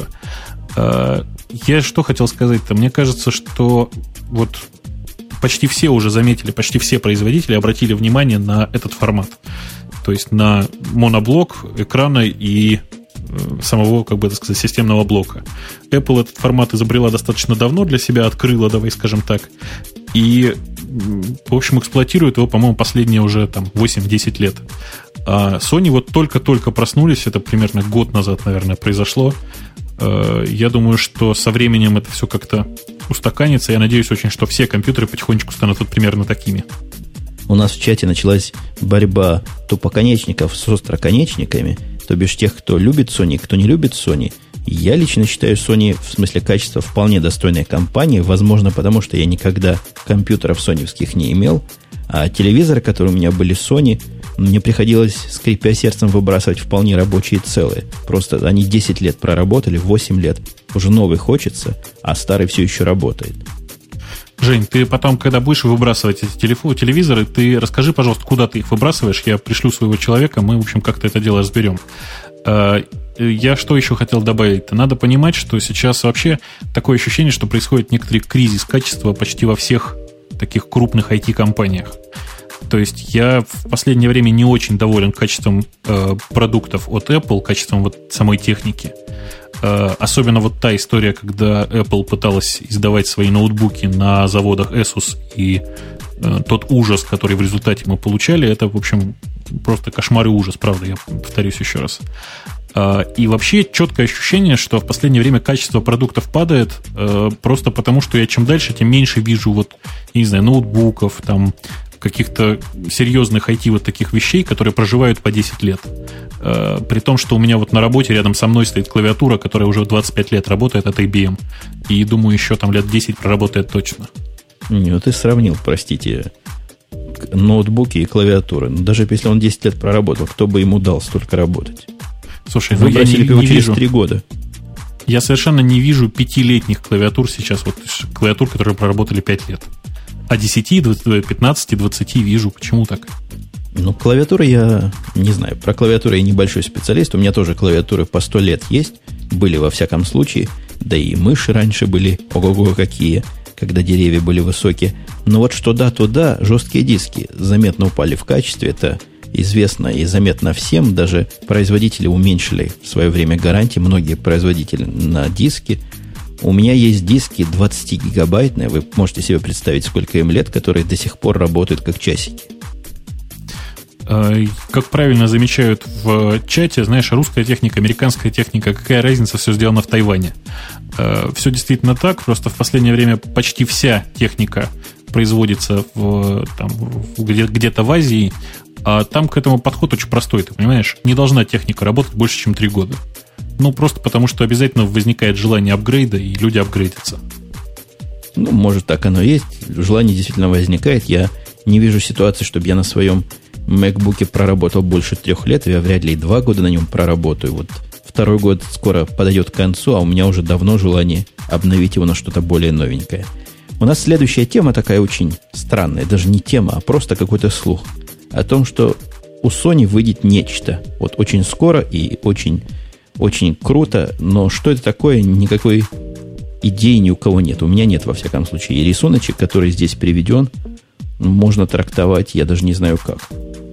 Я что хотел сказать-то? Мне кажется, что вот почти все уже заметили, почти все производители обратили внимание на этот формат. То есть на моноблок экрана и самого, как бы это сказать, системного блока. Apple этот формат изобрела достаточно давно для себя, открыла, давай скажем так, и, в общем, эксплуатирует его, по-моему, последние уже там 8-10 лет. А Sony вот только-только проснулись, это примерно год назад, наверное, произошло. Я думаю, что со временем это все как-то устаканится. Я надеюсь очень, что все компьютеры потихонечку станут вот примерно такими. У нас в чате началась борьба тупоконечников с остроконечниками, то бишь тех, кто любит Sony, кто не любит Sony. Я лично считаю Sony в смысле качества вполне достойной компании, возможно, потому что я никогда компьютеров соневских не имел, а телевизоры, которые у меня были Sony, мне приходилось, скрипя сердцем, выбрасывать вполне рабочие целые. Просто они 10 лет проработали, 8 лет. Уже новый хочется, а старый все еще работает. Жень, ты потом, когда будешь выбрасывать эти телевизоры, ты расскажи, пожалуйста, куда ты их выбрасываешь. Я пришлю своего человека, мы, в общем, как-то это дело разберем. Я что еще хотел добавить? Надо понимать, что сейчас вообще такое ощущение, что происходит некоторый кризис качества почти во всех таких крупных IT-компаниях. То есть я в последнее время не очень доволен качеством продуктов от Apple, качеством вот самой техники. Особенно вот та история, когда Apple пыталась издавать свои ноутбуки на заводах Asus, и тот ужас, который в результате мы получали, это, в общем, просто кошмар и ужас, правда, я повторюсь еще раз. И вообще четкое ощущение, что в последнее время качество продуктов падает, просто потому, что я чем дальше, тем меньше вижу вот, я не знаю, ноутбуков, там, каких-то серьезных IT вот таких вещей, которые проживают по 10 лет. При том, что у меня вот на работе рядом со мной стоит клавиатура, которая уже 25 лет работает от IBM. И, думаю, еще там лет 10 проработает точно. Ну, ты сравнил, простите, ноутбуки и клавиатуры. Но даже если он 10 лет проработал, кто бы ему дал столько работать? Слушай, ну я не вижу. 3 года. Я совершенно не вижу 5-летних клавиатур сейчас. Вот клавиатур, которые проработали 5 лет. А 10, 15, 20 вижу. Почему так? Ну, клавиатуры я не знаю. Про клавиатуру я небольшой специалист. У меня тоже клавиатуры по 100 лет есть. Были во всяком случае. Да и мыши раньше были. Ого-го, какие. Когда деревья были высокие. Но вот что да, то да. Жесткие диски заметно упали в качестве. Это известно и заметно всем. Даже производители уменьшили в свое время гарантии. Многие производители на диски. У меня есть диски 20-гигабайтные, вы можете себе представить, сколько им лет, которые до сих пор работают как часики. Как правильно замечают в чате, знаешь, русская техника, американская техника, какая разница, все сделано в Тайване. Все действительно так, просто в последнее время почти вся техника производится где-то в Азии, а там к этому подход очень простой, ты понимаешь? Не должна техника работать больше, чем 3 года. Ну, просто потому, что обязательно возникает желание апгрейда, и люди апгрейдятся. Ну, может, так оно и есть. Желание действительно возникает. Я не вижу ситуации, чтобы я на своем MacBook'е проработал больше 3 лет, я вряд ли и 2 года на нем проработаю. Вот 2-й год скоро подойдет к концу, а у меня уже давно желание обновить его на что-то более новенькое. У нас следующая тема такая очень странная, даже не тема, а просто какой-то слух о том, что у Sony выйдет нечто. Вот очень скоро и очень, очень круто, но что это такое, никакой идеи ни у кого нет. У меня нет, во всяком случае. И рисуночек, который здесь приведен, можно трактовать, я даже не знаю как.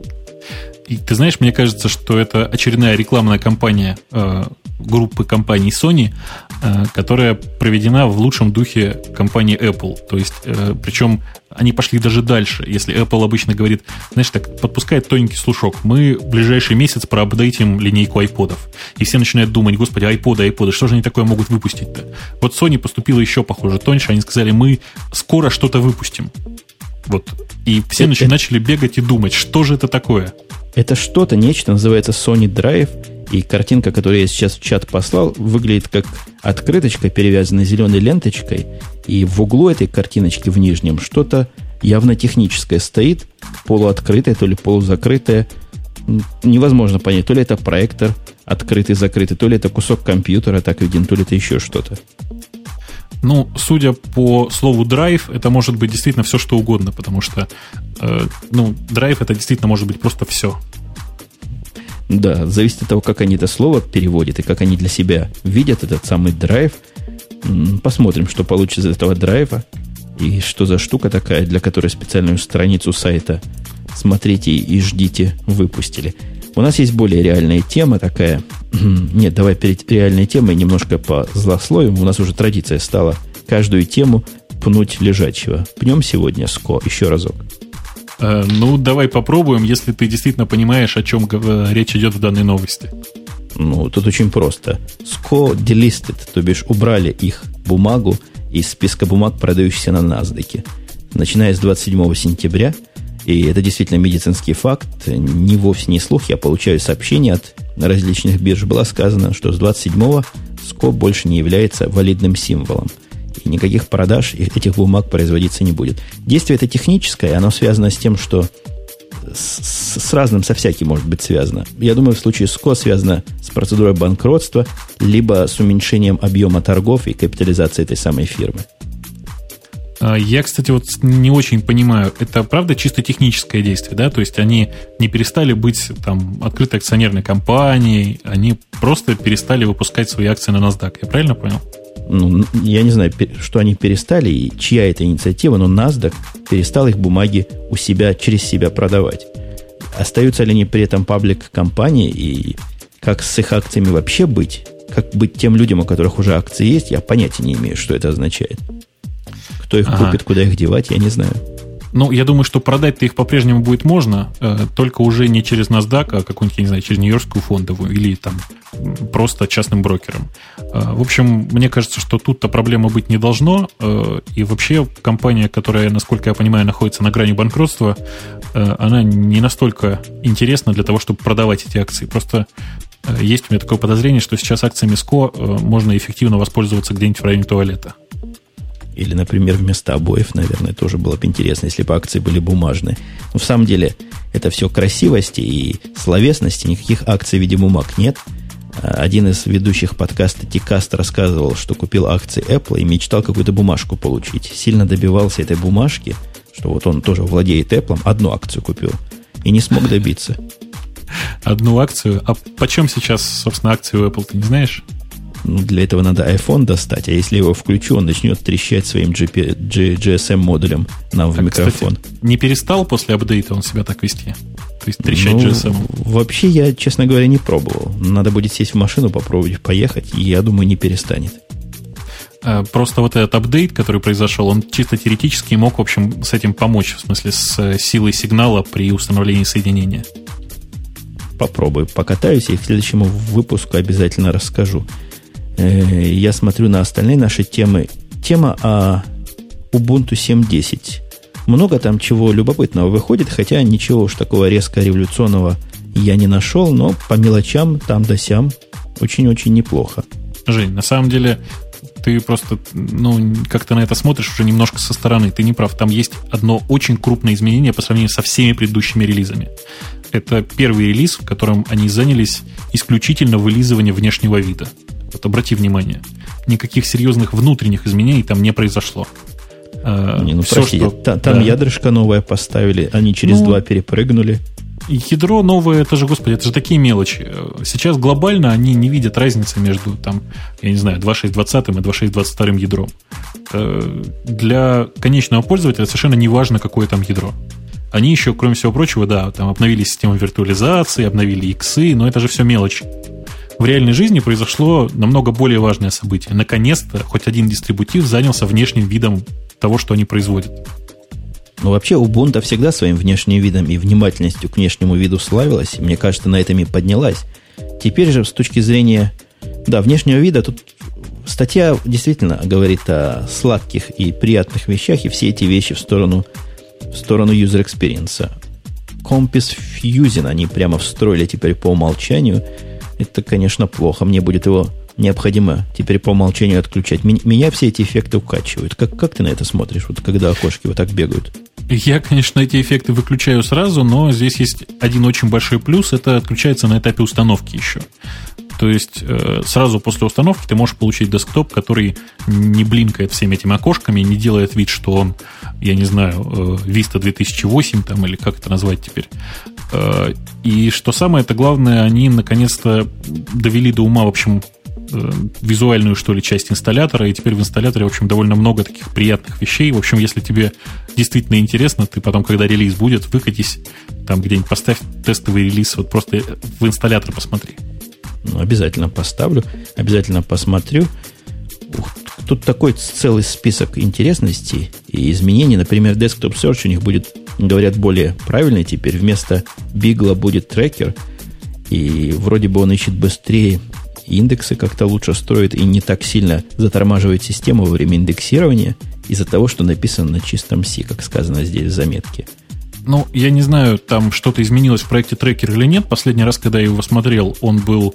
И ты знаешь, мне кажется, что это очередная рекламная кампания группы компаний Sony, которая проведена в лучшем духе компании Apple. То есть, причем они пошли даже дальше. Если Apple обычно говорит, знаешь, так подпускает тоненький слушок, мы в ближайший месяц проапдейтим линейку айподов. И все начинают думать, господи, айподы, что же они такое могут выпустить-то? Вот Sony поступила еще, похоже, тоньше. Они сказали, мы скоро что-то выпустим. Вот. И все начали бегать и думать, что же это такое? Это что-то, нечто называется Sony Drive, и картинка, которую я сейчас в чат послал, выглядит как открыточка, перевязанная зеленой ленточкой, и в углу этой картиночки в нижнем что-то явно техническое стоит, полуоткрытое, то ли полузакрытое. Невозможно понять, то ли это проектор открытый-закрытый, то ли это кусок компьютера так виден, то ли это еще что-то. Ну, судя по слову drive, это может быть действительно все, что угодно, потому что, drive это действительно может быть просто все. Да, зависит от того, как они это слово переводят и как они для себя видят этот самый драйв. Посмотрим, что получится из этого драйва и что за штука такая, для которой специальную страницу сайта смотрите и ждите выпустили. У нас есть более реальная тема такая. Нет, давай перед реальной темой немножко позлословим. У нас уже традиция стала каждую тему пнуть лежачего. Пнем сегодня СКО еще разок. Давай попробуем, если ты действительно понимаешь, о чем речь идет в данной новости. Тут очень просто. СКО delisted, то бишь убрали их бумагу из списка бумаг, продающихся на NASDAQ. Начиная с 27 сентября, и это действительно медицинский факт, не вовсе не слух, я получаю сообщения от различных бирж. Было сказано, что с 27-го СКО больше не является валидным символом. И никаких продаж этих бумаг производиться не будет. Действие это техническое, оно связано с тем, что с разным, со всяким может быть связано. Я думаю, в случае СКО связано с процедурой банкротства, либо с уменьшением объема торгов и капитализации этой самой фирмы. Я, кстати, вот не очень понимаю, это правда чисто техническое действие, да? То есть они не перестали быть там открытой акционерной компанией, они просто перестали выпускать свои акции на NASDAQ. Я правильно понял? Я не знаю, что они перестали и чья это инициатива, но NASDAQ перестал их бумаги у себя, через себя продавать. Остаются ли они при этом паблик-компанией и как с их акциями вообще быть? Как быть тем людям, у которых уже акции есть, я понятия не имею, что это означает. Кто их купит, куда их девать, я не знаю. Я думаю, что продать-то их по-прежнему будет можно, только уже не через NASDAQ, а какую-нибудь, я не знаю, через Нью-Йоркскую фондовую или там просто частным брокером. В общем, мне кажется, что тут-то проблемы быть не должно, и вообще компания, которая, насколько я понимаю, находится на грани банкротства, она не настолько интересна для того, чтобы продавать эти акции. Просто есть у меня такое подозрение, что сейчас акциями СКО можно эффективно воспользоваться где-нибудь в районе туалета. Или, например, вместо обоев, наверное, тоже было бы интересно, если бы акции были бумажные. Но в самом деле это все красивости и словесности, никаких акций в виде бумаг нет. Один из ведущих подкаста Тикаст рассказывал, что купил акции Apple и мечтал какую-то бумажку получить. Сильно добивался этой бумажки, что вот он тоже владеет Apple, одну акцию купил и не смог добиться. Одну акцию? А почем сейчас, собственно, акции у Apple, ты не знаешь? Для этого надо iPhone достать, а если я его включу, он начнет трещать своим GSM-модулем нам в микрофон. Кстати, не перестал после апдейта он себя так вести? То есть трещать GSM? Вообще я, честно говоря, не пробовал. Надо будет сесть в машину, попробовать поехать, и я думаю, не перестанет. Просто вот этот апдейт, который произошел, он чисто теоретически мог, в общем, с этим помочь, в смысле, с силой сигнала при установлении соединения. Попробую, покатаюсь, и к следующему выпуску обязательно расскажу. Я смотрю на остальные наши темы. Тема о Ubuntu 7.10. Много там чего любопытного выходит, хотя ничего уж такого резко революционного я не нашел, но по мелочам там да сям очень-очень неплохо. Жень, на самом деле ты просто, как-то на это смотришь уже немножко со стороны. Ты не прав. Там есть одно очень крупное изменение по сравнению со всеми предыдущими релизами. Это первый релиз, в котором они занялись исключительно вылизыванием внешнего вида. Вот обрати внимание. Никаких серьезных внутренних изменений там не произошло. Простите, там ядрышко новое поставили, они через 2 перепрыгнули. Ядро новое, это же такие мелочи. Сейчас глобально они не видят разницы между, 2.6.20 и 2.6.22 ядром. Для конечного пользователя совершенно не важно, какое там ядро. Они еще, кроме всего прочего, там обновили систему виртуализации, обновили иксы, но это же все мелочи. В реальной жизни произошло намного более важное событие. Наконец-то хоть один дистрибутив занялся внешним видом того, что они производят. Вообще Ubuntu всегда своим внешним видом и внимательностью к внешнему виду славилась. И, мне кажется, на этом и поднялась. Теперь же с точки зрения внешнего вида, тут статья действительно говорит о сладких и приятных вещах, и все эти вещи в сторону user experience. Compass Fusion они прямо встроили теперь по умолчанию. Это, конечно, плохо. Мне будет его необходимо теперь по умолчанию отключать. Меня все эти эффекты укачивают. Как ты на это смотришь, когда окошки вот так бегают? Я, конечно, эти эффекты выключаю сразу, но здесь есть один очень большой плюс. Это отключается на этапе установки еще. То есть сразу после установки ты можешь получить десктоп, который не блинкает всеми этими окошками, не делает вид, что он, я не знаю, Vista 2008 там, или как это назвать теперь. И что самое это главное, они наконец-то довели до ума, в общем, визуальную, что ли, часть инсталлятора, и теперь в инсталляторе, в общем, довольно много таких приятных вещей. В общем, если тебе действительно интересно, ты потом, когда релиз будет, выкатись, там где-нибудь поставь тестовый релиз, вот просто в инсталлятор посмотри. Обязательно поставлю, обязательно посмотрю. Тут такой целый список интересностей и изменений. Например, Desktop Search у них будет, говорят, более правильный теперь. Вместо Бигла будет трекер, и вроде бы он ищет быстрее, индексы как-то лучше строит и не так сильно затормаживает систему во время индексирования из-за того, что написано на чистом C, как сказано здесь в заметке. Я не знаю, там что-то изменилось в проекте трекер или нет. Последний раз, когда я его смотрел, он был,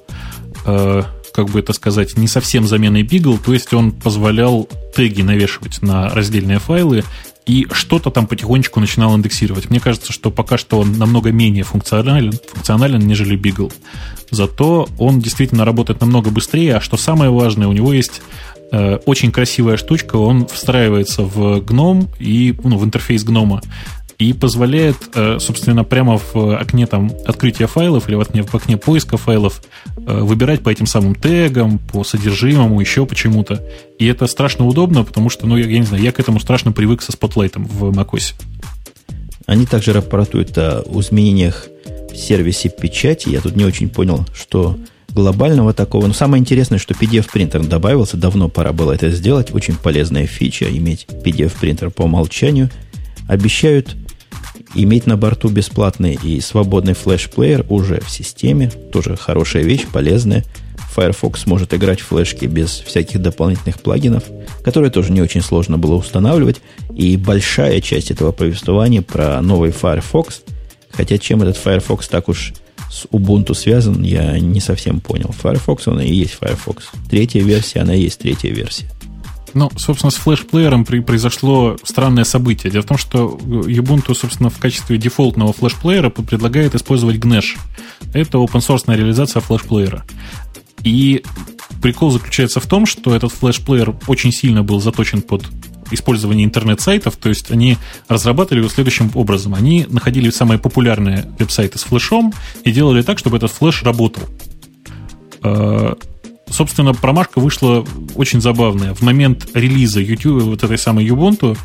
не совсем заменой Beagle, то есть он позволял теги навешивать на раздельные файлы, и что-то там потихонечку начинал индексировать. Мне кажется, что пока что он намного менее функционален, нежели Beagle. Зато он действительно работает намного быстрее, а что самое важное, у него есть очень красивая штучка, он встраивается в GNOME и в интерфейс GNOME, и позволяет, собственно, прямо в окне открытия файлов или в окне поиска файлов выбирать по этим самым тегам, по содержимому, еще почему-то. И это страшно удобно, потому что, я не знаю, я к этому страшно привык со Spotlight в macOS. Они также рапортуют о изменениях в сервисе печати. Я тут не очень понял, что глобального такого. Но самое интересное, что PDF-принтер добавился. Давно пора было это сделать. Очень полезная фича иметь PDF-принтер по умолчанию. Обещают иметь на борту бесплатный и свободный флеш-плеер уже в системе. Тоже хорошая вещь, полезная. Firefox может играть в флешки без всяких дополнительных плагинов, которые тоже не очень сложно было устанавливать. И большая часть этого повествования про новый Firefox. Хотя чем этот Firefox так уж с Ubuntu связан, я не совсем понял. Firefox, он и есть Firefox. Третья версия, она и есть третья версия. Собственно, с флеш-плеером произошло странное событие. Дело в том, что Ubuntu, собственно, в качестве дефолтного флеш-плеера предлагает использовать Gnesh. Это open-source реализация флеш-плеера. И прикол заключается в том, что этот флеш-плеер очень сильно был заточен под использование интернет-сайтов, то есть они разрабатывали его следующим образом. Они находили самые популярные веб-сайты с флешом и делали так, чтобы этот флеш работал. Собственно, промашка вышла очень забавная. В момент релиза YouTube, вот этой самой Ubuntu,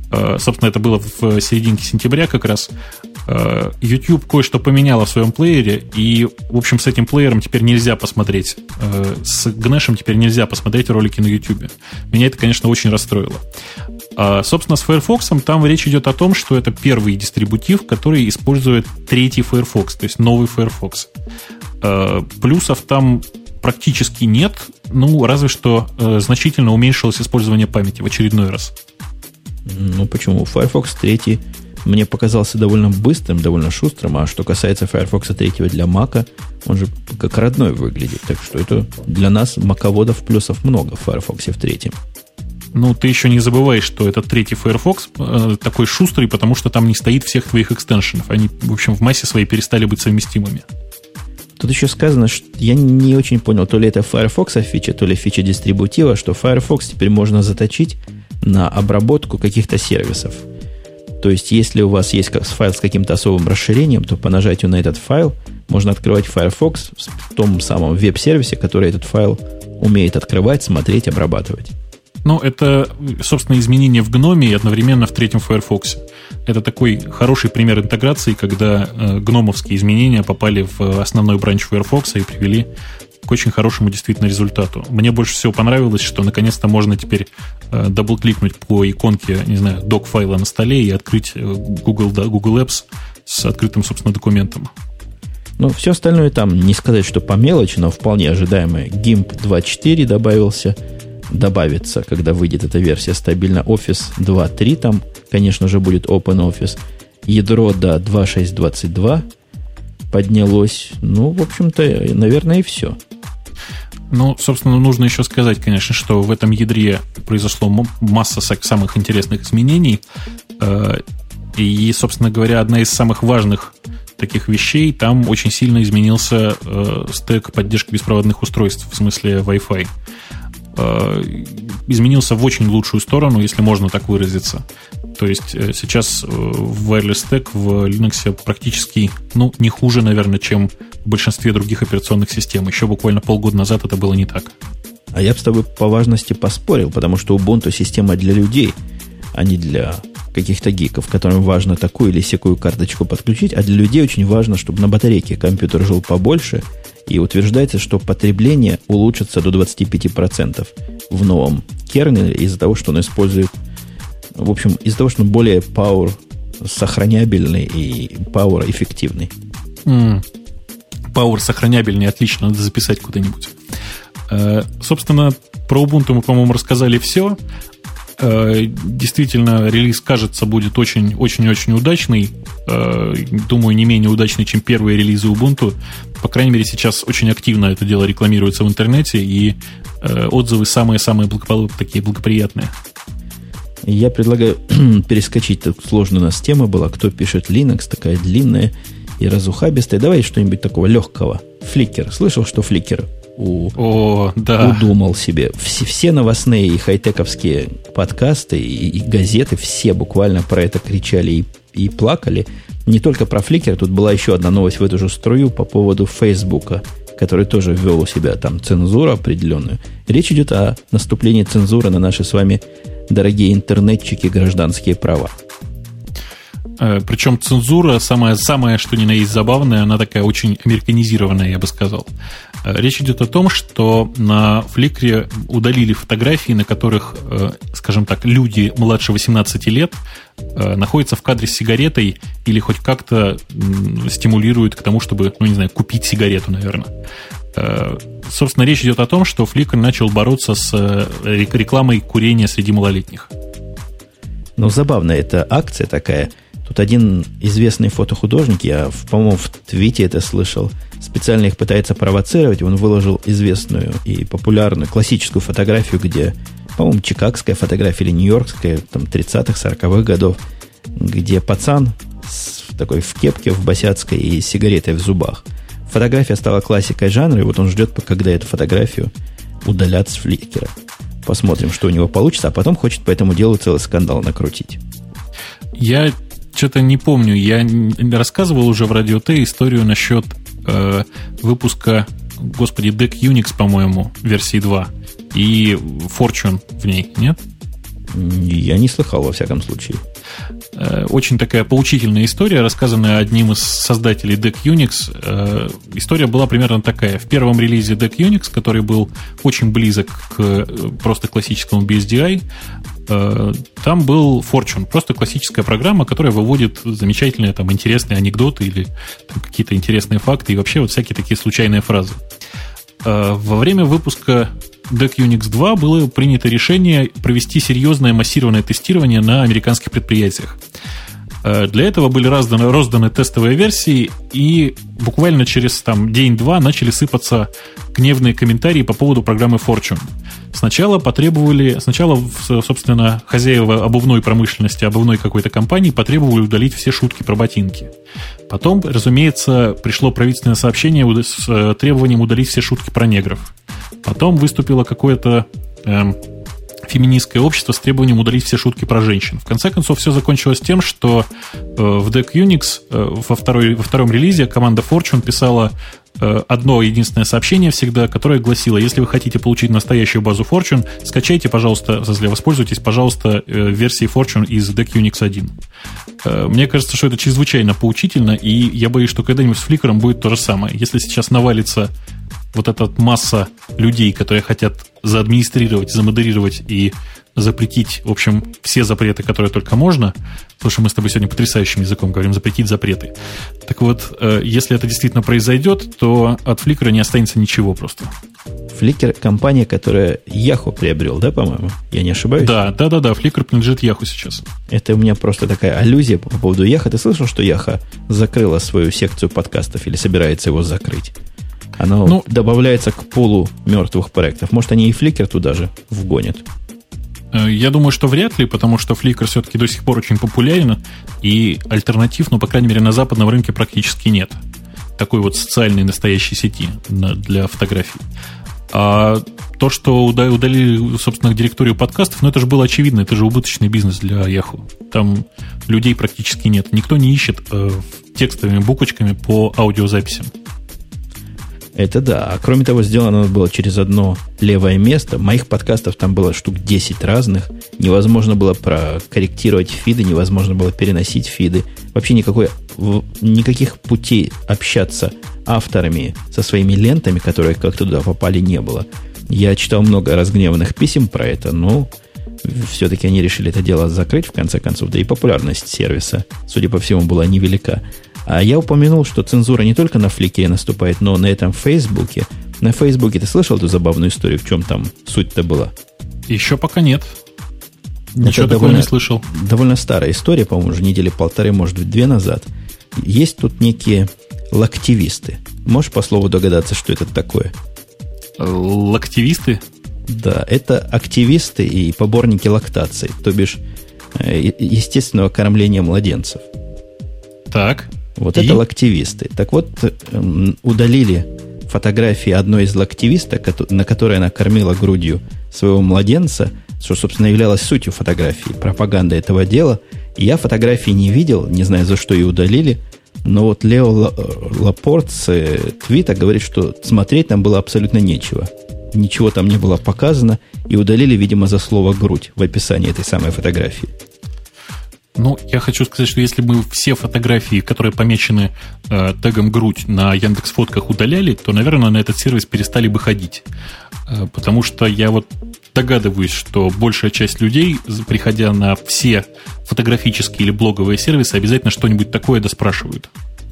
собственно, это было в серединке сентября как раз, YouTube кое-что поменяло в своем плеере, и, в общем, с этим плеером теперь нельзя посмотреть, с Gnash'ем теперь нельзя посмотреть ролики на YouTube. Меня это, конечно, очень расстроило. Собственно, с Firefox там речь идет о том, что это первый дистрибутив, который использует третий Firefox, то есть новый Firefox. Плюсов там практически нет, разве что значительно уменьшилось использование памяти в очередной раз. Почему? Firefox 3 мне показался довольно быстрым, довольно шустрым, а что касается Firefox 3 для Mac, он же как родной выглядит. Так что это для нас, маководов, плюсов много в Firefox в 3. Ты еще не забывай, что этот третий Firefox такой шустрый, потому что там не стоит всех твоих экстеншенов. Они, в общем, в массе своей перестали быть совместимыми. Тут еще сказано, что я не очень понял, то ли это Firefox фича, то ли фича дистрибутива, что Firefox теперь можно заточить на обработку каких-то сервисов. То есть, если у вас есть файл с каким-то особым расширением, то по нажатию на этот файл можно открывать Firefox в том самом веб-сервисе, который этот файл умеет открывать, смотреть, обрабатывать. Это, собственно, изменение в Gnome и одновременно в третьем Firefox. Это такой хороший пример интеграции, когда гномовские изменения попали в основной бранч Firefox и привели к очень хорошему действительно результату. Мне больше всего понравилось, что наконец-то можно теперь дабл-кликнуть по иконке, не знаю, док-файла на столе и открыть Google Apps с открытым, собственно, документом. Все остальное там, не сказать, что по мелочи, но вполне ожидаемое. GIMP 2.4 добавится, когда выйдет эта версия стабильно. Office 2.3 там, конечно же, будет OpenOffice. Ядро до 2.6.22 поднялось. В общем-то, наверное, и все. Собственно, нужно еще сказать, конечно, что в этом ядре произошло масса самых интересных изменений. И, собственно говоря, одна из самых важных таких вещей, там очень сильно изменился стэк поддержки беспроводных устройств, в смысле Wi-Fi. Изменился в очень лучшую сторону, если можно так выразиться. То есть сейчас wireless stack в Linux практически, не хуже, наверное, чем в большинстве других операционных систем. Еще буквально полгода назад это было не так. А я бы с тобой по важности поспорил, потому что Ubuntu система для людей, а не для каких-то гиков, которым важно такую или сякую карточку подключить, а для людей очень важно, чтобы на батарейке компьютер жил побольше, и утверждается, что потребление улучшится до 25% в новом кернеле из-за того, что он использует, в общем, из-за того, что он более power сохранябельный и power эффективный. Power сохранябельный, отлично, надо записать куда-нибудь. Собственно, про Ubuntu мы, по-моему, рассказали все. Действительно, релиз, кажется, будет очень-очень удачный. Думаю, не менее удачный, чем первые релизы Ubuntu. По крайней мере, сейчас очень активно это дело рекламируется в интернете, и отзывы самые-самые такие благоприятные. Я предлагаю перескочить. Так сложно у нас тема была. Кто пишет Linux, такая длинная и разухабистая. Давай что-нибудь такого легкого. Flickr. Слышал, что Flickr удумал себе. Все новостные и хай-тековские подкасты и газеты, все буквально про это кричали и плакали. Не только про Flickr, тут была еще одна новость в эту же струю по поводу Фейсбука, который тоже ввел у себя там цензуру определенную. Речь идет о наступлении цензуры на наши с вами дорогие интернетчики гражданские права. Причем цензура, самая что ни на есть забавная, она такая очень американизированная, я бы сказал. Речь идет о том, что на Flickr удалили фотографии, на которых, скажем так, люди младше 18 лет находятся в кадре с сигаретой или хоть как-то стимулируют к тому, чтобы, купить сигарету, наверное. Собственно, речь идет о том, что Flickr начал бороться с рекламой курения среди малолетних. Забавная эта акция такая. Тут один известный фотохудожник, я, по-моему, в твите это слышал, специально их пытается провоцировать. Он выложил известную и популярную классическую фотографию, где, по-моему, чикагская фотография или нью-йоркская, там, 30-х, 40-х годов, где пацан такой в кепке, в босяцкой и с сигаретой в зубах. Фотография стала классикой жанра, и вот он ждет, когда эту фотографию удалят с Flickr. Посмотрим, что у него получится, а потом хочет по этому делу целый скандал накрутить. Я что-то не помню. Я рассказывал уже в Радио Т историю насчет выпуска, Deck Unix, по-моему, версии 2 и Fortune в ней, нет? Я не слыхал, во всяком случае. Очень такая поучительная история, рассказанная одним из создателей Deck Unix. История была примерно такая. В первом релизе Deck Unix, который был очень близок к просто классическому BSDI, там был Fortune, просто классическая программа, которая выводит замечательные, там, интересные анекдоты или там, какие-то интересные факты и вообще вот всякие такие случайные фразы. Во время выпуска Deck Unix 2 было принято решение провести серьезное массированное тестирование на американских предприятиях. Для этого были розданы тестовые версии, и буквально через день-два начали сыпаться гневные комментарии по поводу программы Fortune. Сначала, собственно, хозяева обувной промышленности, обувной какой-то компании потребовали удалить все шутки про ботинки. Потом, разумеется, пришло правительственное сообщение с требованием удалить все шутки про негров. Потом выступило какое-то феминистское общество с требованием удалить все шутки про женщин. В конце концов, все закончилось тем, что в Deck Unix во втором релизе команда Fortune писала одно единственное сообщение всегда, которое гласило: если вы хотите получить настоящую базу Fortune, скачайте, пожалуйста, воспользуйтесь, пожалуйста, версией Fortune из Deck Unix 1. Мне кажется, что это чрезвычайно поучительно, и я боюсь, что когда-нибудь с Flickr будет то же самое. Если сейчас навалится вот эта масса людей, которые хотят заадминистрировать, замодерировать и запретить, в общем, все запреты, которые только можно. Слушай, мы с тобой сегодня потрясающим языком говорим: запретить запреты. Так вот, если это действительно произойдет, то от Flickr не останется ничего просто. Flickr — компания, которая Yahoo приобрел, да, по-моему? Я не ошибаюсь? Да, Flickr принадлежит Yahoo сейчас. Это у меня просто такая аллюзия по поводу Yahoo. Ты слышал, что Yahoo закрыла свою секцию подкастов или собирается его закрыть? Оно добавляется к пулу мертвых проектов. Может, они и Flickr туда же вгонят? Я думаю, что вряд ли, потому что Flickr все-таки до сих пор очень популярен, и альтернатив, по крайней мере, на западном рынке практически нет. Такой вот социальной настоящей сети для фотографий. А то, что удалили, собственно, директорию подкастов, это же было очевидно, это же убыточный бизнес для Yahoo. Там людей практически нет. Никто не ищет текстовыми буквочками по аудиозаписям. Это да. А кроме того, сделано было через одно левое место. Моих подкастов там было штук 10 разных. Невозможно было прокорректировать фиды, невозможно было переносить фиды. Вообще никаких путей общаться авторами со своими лентами, которые как-то туда попали, не было. Я читал много разгневанных писем про это, но все-таки они решили это дело закрыть в конце концов. Да и популярность сервиса, судя по всему, была невелика. А я упомянул, что цензура не только на Flickr наступает, но на этом Фейсбуке. На Фейсбуке ты слышал эту забавную историю? В чем там суть-то была? Еще пока нет. Ничего такого не слышал. Довольно старая история, по-моему, уже недели полторы, может быть, 2 назад. Есть тут некие лактивисты. Можешь по слову догадаться, что это такое? Лактивисты? Да, это активисты и поборники лактации, то бишь естественного кормления младенцев. Так. Вот это лактивисты. Так вот, удалили фотографии одной из лактивисток, на которой она кормила грудью своего младенца, что, собственно, являлось сутью фотографии, пропаганда этого дела. И я фотографии не видел, не знаю, за что ее удалили, но вот Лео Лапорт с твита говорит, что смотреть там было абсолютно нечего. Ничего там не было показано, и удалили, видимо, за слово «грудь» в описании этой самой фотографии. Я хочу сказать, что если бы все фотографии, которые помечены тегом «грудь» на Яндекс.Фотках удаляли, то, наверное, на этот сервис перестали бы ходить. Потому что я вот догадываюсь, что большая часть людей, приходя на все фотографические или блоговые сервисы, обязательно что-нибудь такое доспрашивают.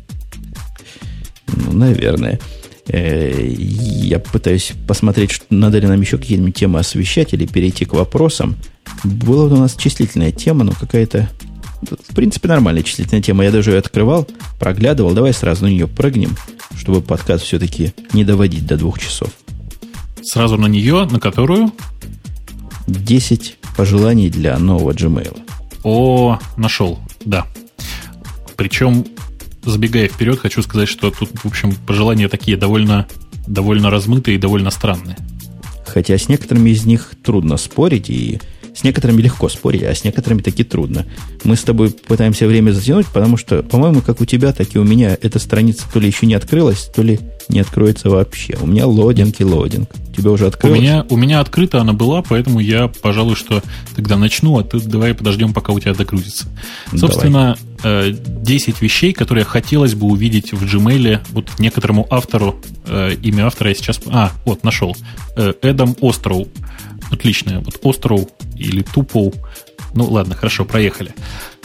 Наверное. Я пытаюсь посмотреть, надо ли нам еще какие-нибудь темы освещать или перейти к вопросам. Была у нас числительная тема, но какая-то, в принципе, нормальная числительная тема. Я даже ее открывал, проглядывал. Давай сразу на нее прыгнем, чтобы подкаст все-таки не доводить до 2 часов. Сразу на нее, на которую? 10 пожеланий для нового Gmail. О, нашел, да. Причем, забегая вперед, хочу сказать, что тут, в общем, пожелания такие довольно размытые и довольно странные. Хотя с некоторыми из них трудно спорить, и с некоторыми легко спорить, а с некоторыми таки трудно. Мы с тобой пытаемся время затянуть, потому что, по-моему, как у тебя, так и у меня эта страница то ли еще не открылась, то ли не откроется вообще. У меня лодинг и лодинг. тебя уже открылась? У меня открыта она была, поэтому я, пожалуй, что тогда начну, а ты давай подождем, пока у тебя догрузится. Собственно, 10 вещей, которые хотелось бы увидеть в Gmail вот некоторому автору. Имя автора я сейчас... нашел. Эдам Остроу. Отлично. Вот Остроу или Тупоу. Ну, ладно, хорошо, проехали.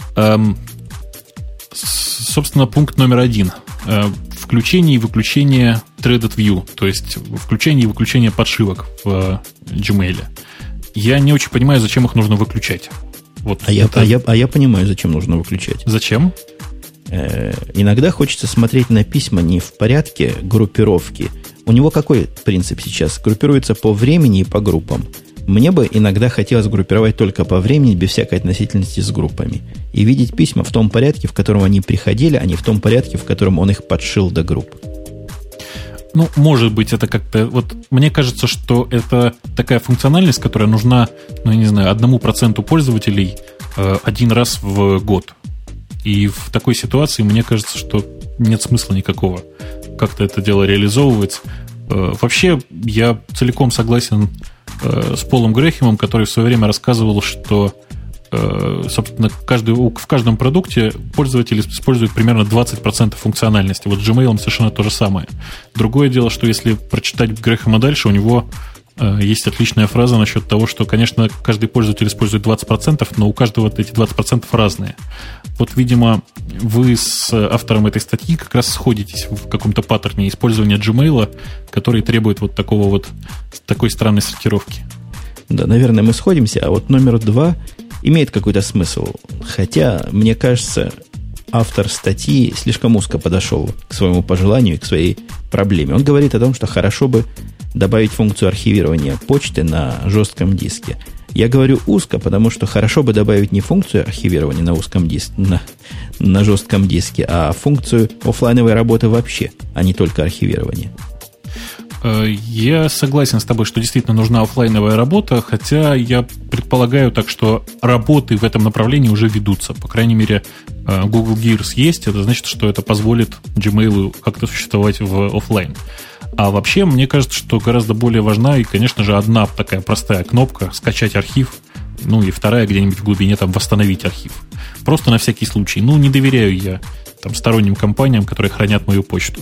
Собственно, пункт номер 1. Включение и выключение Threaded View, то есть включение и выключение подшивок в Gmail. Я не очень понимаю, зачем их нужно выключать. Вот я понимаю, зачем нужно выключать. Зачем? Иногда хочется смотреть на письма не в порядке группировки. У него какой принцип сейчас? Группируется по времени и по группам. Мне бы иногда хотелось группировать только по времени, без всякой относительности с группами. И видеть письма в том порядке, в котором они приходили, а не в том порядке, в котором он их подшил до групп. Ну, может быть, это как-то... Вот мне кажется, что это такая функциональность, которая нужна, 1% пользователей один раз в год. И в такой ситуации мне кажется, что нет смысла никакого как-то это дело реализовывать. Вообще, я целиком согласен с Полом Грэхэмом, который в свое время рассказывал, что, собственно, в каждом продукте пользователь использует примерно 20% функциональности. Вот с Gmail совершенно то же самое. Другое дело, что если прочитать Грэхэма дальше, у него есть отличная фраза насчет того, что, конечно, каждый пользователь использует 20%, но у каждого эти 20% разные. Вот, видимо, вы с автором этой статьи как раз сходитесь в каком-то паттерне использования Gmail, который требует вот такой странной сортировки. Да, наверное, мы сходимся, а вот номер 2 имеет какой-то смысл. Хотя, мне кажется, автор статьи слишком узко подошел к своему пожеланию и к своей проблеме. Он говорит о том, что хорошо бы добавить функцию архивирования почты на жестком диске. Я говорю узко, потому что хорошо бы добавить не функцию архивирования на узком диске, на жестком диске, а функцию офлайновой работы вообще, а не только архивирование. Я согласен с тобой, что действительно нужна офлайновая работа, хотя я предполагаю так, что работы в этом направлении уже ведутся. По крайней мере, Google Gears есть, это значит, что это позволит Gmail как-то существовать в офлайн. А вообще, мне кажется, что гораздо более важна и, конечно же, одна такая простая кнопка «Скачать архив», и вторая где-нибудь в глубине там «Восстановить архив». Просто на всякий случай. Не доверяю я сторонним компаниям, которые хранят мою почту.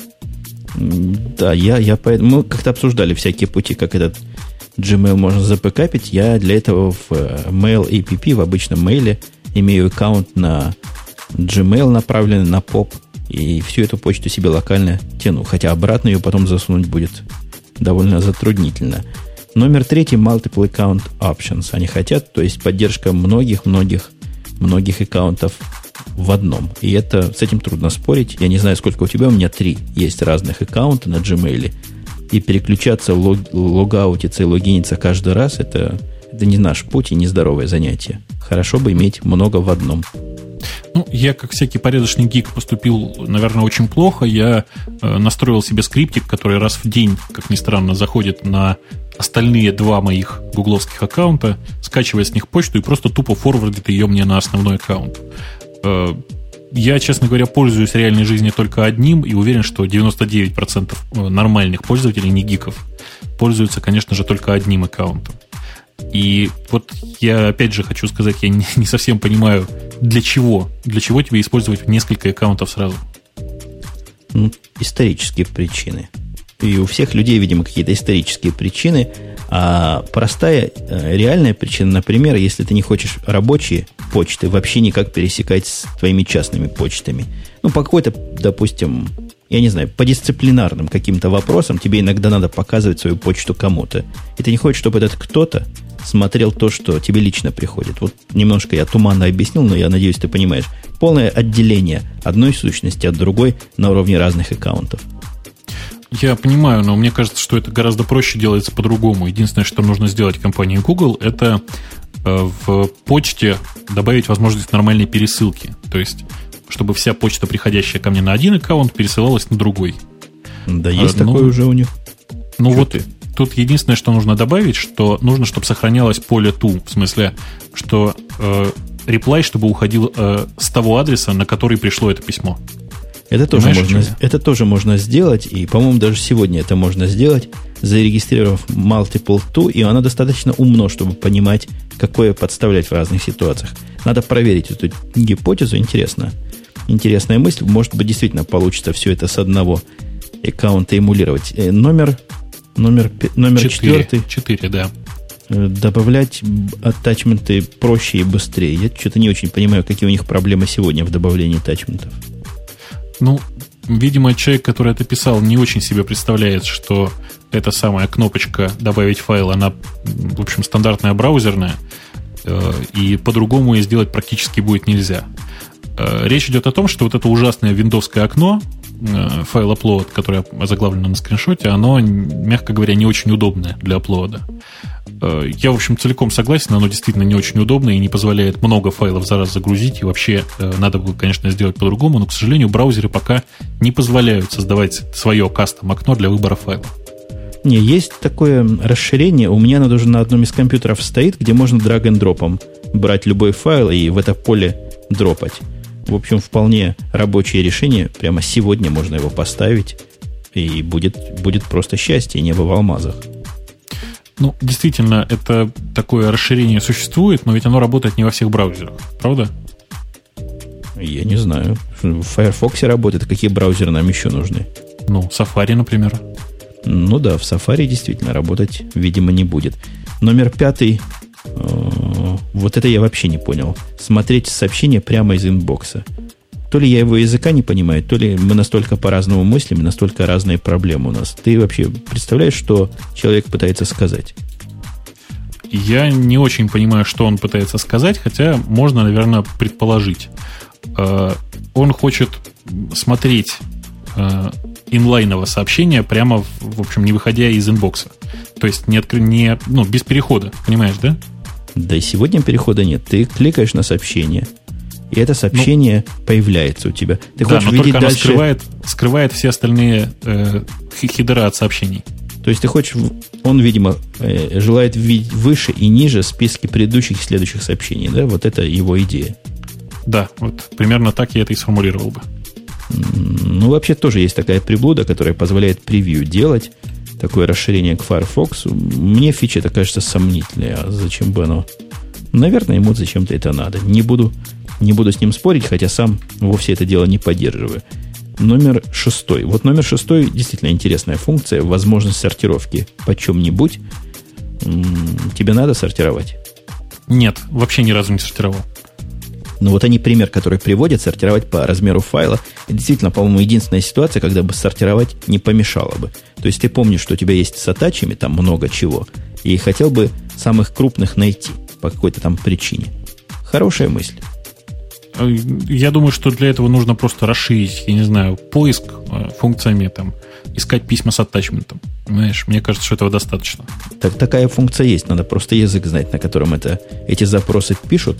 Да, мы как-то обсуждали всякие пути, как этот Gmail можно забэкапить. Я для этого в Mail app, в обычном мейле, имею аккаунт на Gmail, направленный на POP, и всю эту почту себе локально тяну. Хотя обратно ее потом засунуть будет довольно затруднительно. Номер 3 – Multiple Account Options. Они хотят, то есть поддержка многих аккаунтов в одном. И с этим трудно спорить. Я не знаю, сколько у тебя, у меня 3 есть разных аккаунта на Gmail. И переключаться, логаутиться и логиниться каждый раз – это не наш путь и не здоровое занятие. Хорошо бы иметь много в одном. Я, как всякий порядочный гик, поступил, наверное, очень плохо. Я настроил себе скриптик, который раз в день, как ни странно, заходит на остальные 2 моих гугловских аккаунта, скачивает с них почту и просто тупо форвардит ее мне на основной аккаунт. Я, честно говоря, пользуюсь в реальной жизни только одним и уверен, что 99% нормальных пользователей, не гиков, пользуются, конечно же, только одним аккаунтом. И вот я опять же хочу сказать, я не совсем понимаю, для чего тебе использовать несколько аккаунтов сразу. Исторические причины. И у всех людей, видимо, какие-то исторические причины. А простая, реальная причина, например, если ты не хочешь рабочие почты вообще никак пересекать с твоими частными почтами. По какой-то, допустим, я не знаю, по дисциплинарным каким-то вопросам тебе иногда надо показывать свою почту кому-то. И ты не хочешь, чтобы этот кто-то смотрел то, что тебе лично приходит. Вот немножко я туманно объяснил, но я надеюсь, ты понимаешь. Полное отделение одной сущности от другой на уровне разных аккаунтов. Я понимаю, но мне кажется, что это гораздо проще делается по-другому. Единственное, что нужно сделать компании Google, это в почте добавить возможность нормальной пересылки. То есть, чтобы вся почта, приходящая ко мне на один аккаунт, пересылалась на другой. Да, есть такое уже у них. Тут единственное, что нужно добавить, что нужно, чтобы сохранялось поле to, в смысле, что reply, чтобы уходил с того адреса, на который пришло это письмо. Это тоже можно сделать, и, по-моему, даже сегодня это можно сделать, зарегистрировав multiple to, и она достаточно умно, чтобы понимать, какое подставлять в разных ситуациях. Надо проверить эту гипотезу, интересная мысль. Может быть, действительно получится все это с одного аккаунта эмулировать. Номер 4. 4, да. Добавлять аттачменты проще и быстрее. Я что-то не очень понимаю, какие у них проблемы сегодня в добавлении аттачментов. Ну, видимо, человек, который это писал, не очень себе представляет, что эта самая кнопочка «Добавить файл», она, в общем, стандартная браузерная, и по-другому ее сделать практически будет нельзя. Речь идет о том, что вот это ужасное виндовское окно, файл upload, которое заглавлено на скриншоте, оно, мягко говоря, не очень удобное для апплода. Я, в общем, целиком согласен, оно действительно не очень удобно и не позволяет много файлов за раз загрузить, и вообще надо было, конечно, сделать по-другому, но, к сожалению, браузеры пока не позволяют создавать свое кастом-окно для выбора файлов. Не, есть такое расширение, у меня оно даже на одном из компьютеров стоит, где можно драг-н-дропом брать любой файл и в это поле дропать. В общем, вполне рабочее решение, прямо сегодня можно его поставить, и будет просто счастье, небо в алмазах. Ну, действительно, это такое расширение существует, но ведь оно работает не во всех браузерах, правда? Я не знаю. В Firefox работает, какие браузеры нам еще нужны? Ну, Safari, например. Ну да, в Safari действительно работать, видимо, не будет. Номер 5. Вот это я вообще не понял. Смотреть сообщение прямо из инбокса. То ли я его языка не понимаю, то ли мы настолько по-разному мыслим, настолько разные проблемы у нас. Ты вообще представляешь, что человек пытается сказать? Я не очень понимаю, что он пытается сказать, хотя можно, наверное, предположить. Он хочет смотреть инлайновое сообщение прямо, в общем, не выходя из инбокса. То есть без перехода, понимаешь, да? Да и сегодня перехода нет. Ты кликаешь на сообщение, и это сообщение появляется у тебя. Ты хочешь видеть только дальше... оно скрывает все остальные хедера от сообщений. То есть ты хочешь... Он, видимо, желает видеть выше и ниже списки предыдущих и следующих сообщений, да? Вот это его идея. Да, вот примерно так я это и сформулировал бы. Ну, вообще тоже есть такая приблуда, которая позволяет превью делать. Такое расширение к Firefox. Мне фича это кажется сомнительной. А зачем бы оно? Наверное, ему зачем-то это надо. Не буду с ним спорить, хотя сам вовсе это дело не поддерживаю. Номер 6. Вот номер 6 действительно интересная функция. Возможность сортировки по чем-нибудь. Тебе надо сортировать? Нет, вообще ни разу не сортировал. Ну, вот они пример, который приводят, сортировать по размеру файла. И действительно, по-моему, единственная ситуация, когда бы сортировать не помешало бы. То есть ты помнишь, что у тебя есть с атачами, там много чего, и хотел бы самых крупных найти по какой-то там причине. Хорошая мысль. Я думаю, что для этого нужно просто расширить, я не знаю, поиск функциями, там, искать письма с аттачментом. Понимаешь, мне кажется, что этого достаточно. Такая функция есть, надо просто язык знать, на котором эти запросы пишут.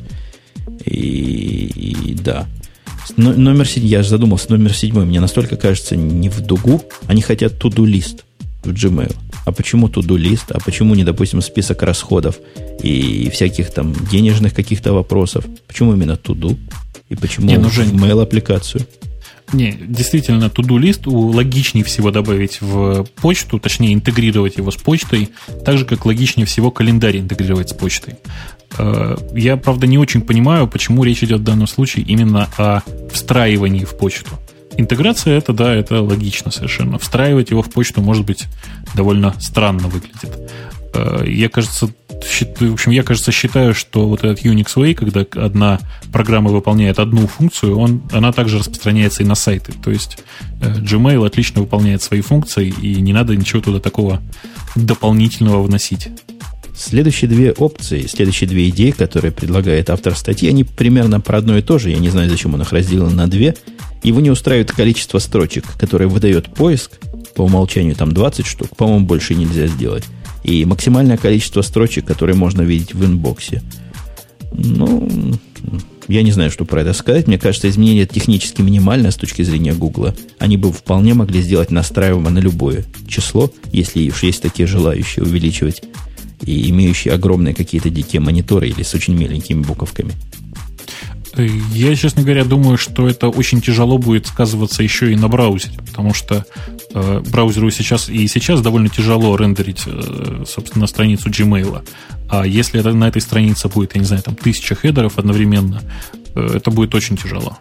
И да. Номер 7, я же задумался, номер 7 мне настолько кажется не в дугу. Они хотят to-do list в Gmail. А почему to-do list? А почему не, допустим, список расходов и всяких там денежных каких-то вопросов? Почему именно to-do? И почему в mail-аппликацию? Не, действительно, to-do list логичнее всего добавить в почту, точнее, интегрировать его с почтой, так же, как логичнее всего календарь интегрировать с почтой. Я, правда, не очень понимаю, почему речь идет в данном случае именно о встраивании в почту. Интеграция, это логично совершенно. Встраивать его в почту, может быть, довольно странно выглядит. Я, кажется, считаю, что вот этот Unix Way, когда одна программа выполняет одну функцию, она также распространяется и на сайты. То есть Gmail отлично выполняет свои функции, и не надо ничего туда такого дополнительного вносить. Следующие две опции, следующие две идеи, которые предлагает автор статьи, они примерно про одно и то же. Я не знаю, зачем он их разделил на две. Его не устраивает количество строчек, которые выдает поиск. По умолчанию там 20 штук. По-моему, больше нельзя сделать. И максимальное количество строчек, которые можно видеть в инбоксе. Ну, я не знаю, что про это сказать. Мне кажется, изменение технически минимальное с точки зрения Гугла. Они бы вполне могли сделать настраиваемо на любое число, если уж есть такие желающие увеличивать и имеющие огромные какие-то дикие мониторы или с очень меленькими буковками. Я, честно говоря, думаю, что это очень тяжело будет сказываться еще и на браузере, потому что браузеру сейчас довольно тяжело рендерить, собственно, страницу Gmail. А если на этой странице будет, я не знаю, там 1000 хедеров одновременно, это будет очень тяжело.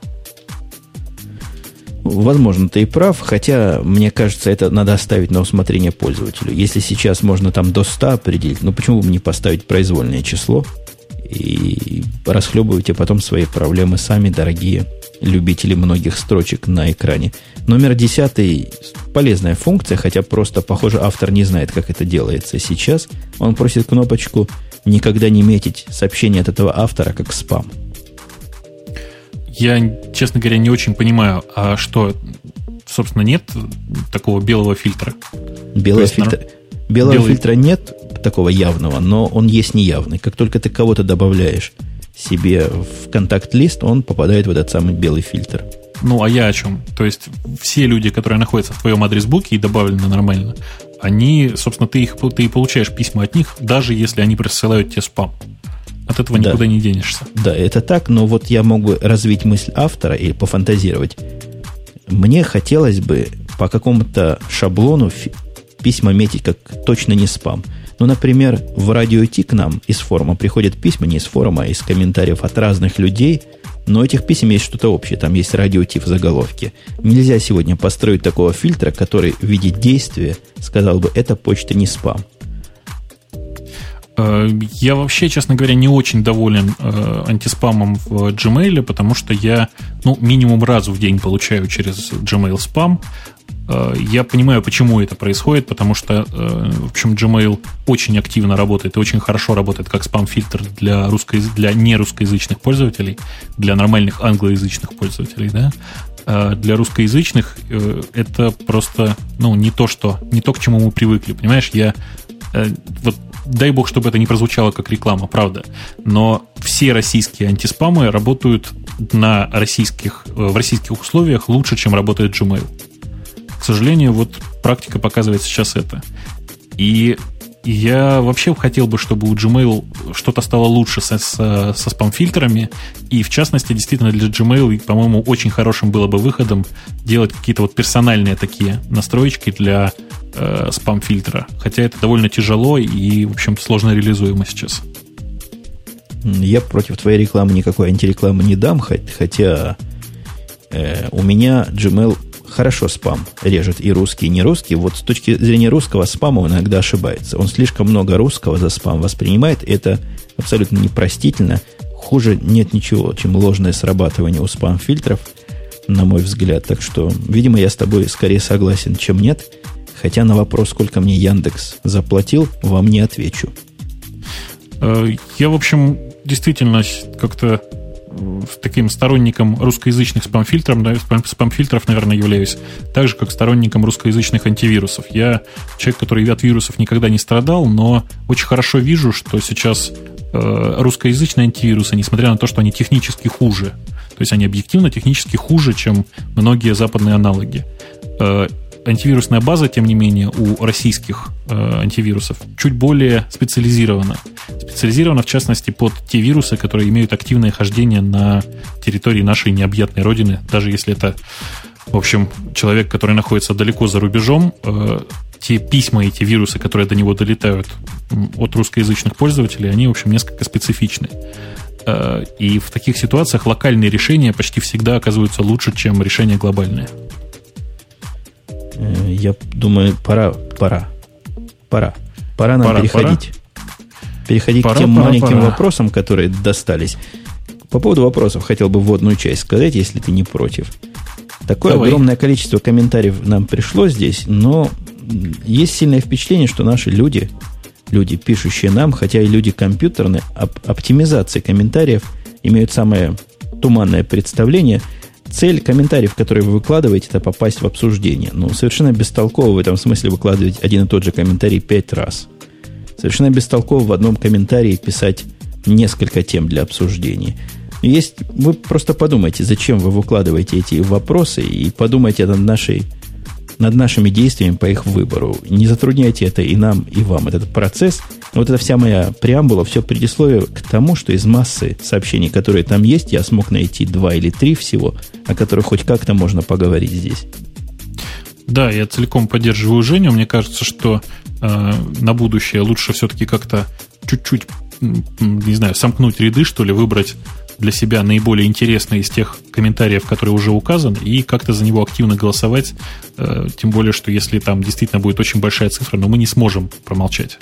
Возможно, ты и прав, хотя, мне кажется, это надо оставить на усмотрение пользователю. Если сейчас можно там до 100 определить, почему бы не поставить произвольное число и расхлебывайте потом свои проблемы сами, дорогие любители многих строчек на экране. Номер 10 – полезная функция, хотя просто, похоже, автор не знает, как это делается сейчас. Он просит кнопочку «Никогда не метить сообщение от этого автора как спам». Я, честно говоря, не очень понимаю, а что, собственно, нет такого белого фильтра? Белого фильтра нет такого явного, но он есть неявный. Как только ты кого-то добавляешь себе в контакт-лист, он попадает в этот самый белый фильтр. А я о чем? То есть все люди, которые находятся в твоем адрес-буке и добавлены нормально, они, собственно, ты и получаешь письма от них, даже если они присылают тебе спам. От этого никуда не денешься. Да, это так, но вот я могу развить мысль автора или пофантазировать. Мне хотелось бы по какому-то шаблону письма метить как точно не спам. Например, в Радио Ти к нам из форума приходят письма, не из форума, а из комментариев от разных людей, но у этих писем есть что-то общее. Там есть Радио Ти в заголовке. Нельзя сегодня построить такого фильтра, который в виде действия сказал бы, эта почта не спам. Я вообще, честно говоря, не очень доволен антиспамом в Gmail, потому что я минимум раз в день получаю через Gmail спам. Я понимаю, почему это происходит, потому что, в общем, Gmail очень активно работает и очень хорошо работает как спам-фильтр для нерусскоязычных пользователей, для нормальных англоязычных пользователей, да. Для русскоязычных это просто, не то, к чему мы привыкли, понимаешь? Дай бог, чтобы это не прозвучало как реклама, правда. Но все российские антиспамы работают в российских условиях лучше, чем работает Gmail. К сожалению, практика показывает сейчас это. И я вообще хотел бы, чтобы у Gmail что-то стало лучше со спам-фильтрами. И, в частности, действительно, для Gmail, по-моему, очень хорошим было бы выходом делать какие-то персональные такие настроечки для спам-фильтра. Хотя это довольно тяжело и, в общем, сложно реализуемо сейчас. Я против твоей рекламы никакой антирекламы не дам, хотя у меня Gmail хорошо спам режет и русский, и не русский. С точки зрения русского спама он иногда ошибается. Он слишком много русского за спам воспринимает. Это абсолютно непростительно. Хуже нет ничего, чем ложное срабатывание у спам-фильтров, на мой взгляд. Так что, видимо, я с тобой скорее согласен, чем нет. Хотя на вопрос, сколько мне Яндекс заплатил, вам не отвечу. Я, в общем, действительно как-то таким сторонником русскоязычных спам-фильтров, наверное, являюсь, так же, как сторонником русскоязычных антивирусов. Я человек, который от вирусов никогда не страдал, но очень хорошо вижу, что сейчас русскоязычные антивирусы, несмотря на то, что они технически хуже, то есть они объективно технически хуже, чем многие западные аналоги, антивирусная база, тем не менее, у российских антивирусов чуть более специализирована. Специализирована, в частности, под те вирусы, которые имеют активное хождение на территории нашей необъятной родины, даже если это, в общем, человек, который находится далеко за рубежом, те письма и те вирусы, которые до него долетают от русскоязычных пользователей, они, в общем, несколько специфичны. И в таких ситуациях локальные решения почти всегда оказываются лучше, чем решения глобальные. Я думаю, пора нам переходить. Переходить к тем маленьким вопросам, которые достались. По поводу вопросов хотел бы вводную часть сказать, если ты не против. Такое огромное количество комментариев нам пришло здесь, но есть сильное впечатление, что наши люди, пишущие нам, хотя и люди компьютерные, оптимизации комментариев имеют самое туманное представление. Цель комментариев, которые вы выкладываете, это попасть в обсуждение. Совершенно бестолково в этом смысле выкладывать один и тот же комментарий 5 раз. Совершенно бестолково в одном комментарии писать несколько тем для обсуждения. Вы просто подумайте, зачем вы выкладываете эти вопросы, и подумайте над нашими действиями по их выбору. Не затрудняйте это и нам, и вам этот процесс. Вот эта вся моя преамбула, все предисловие к тому, что из массы сообщений, которые там есть, я смог найти 2 или 3 всего, о которых хоть как-то можно поговорить здесь. Да, я целиком поддерживаю Женю. Мне кажется, что на будущее лучше все-таки как-то чуть-чуть, не знаю, сомкнуть ряды, что ли, выбрать для себя наиболее интересный из тех комментариев, которые уже указаны, и как-то за него активно голосовать, тем более, что если там действительно будет очень большая цифра, но мы не сможем промолчать.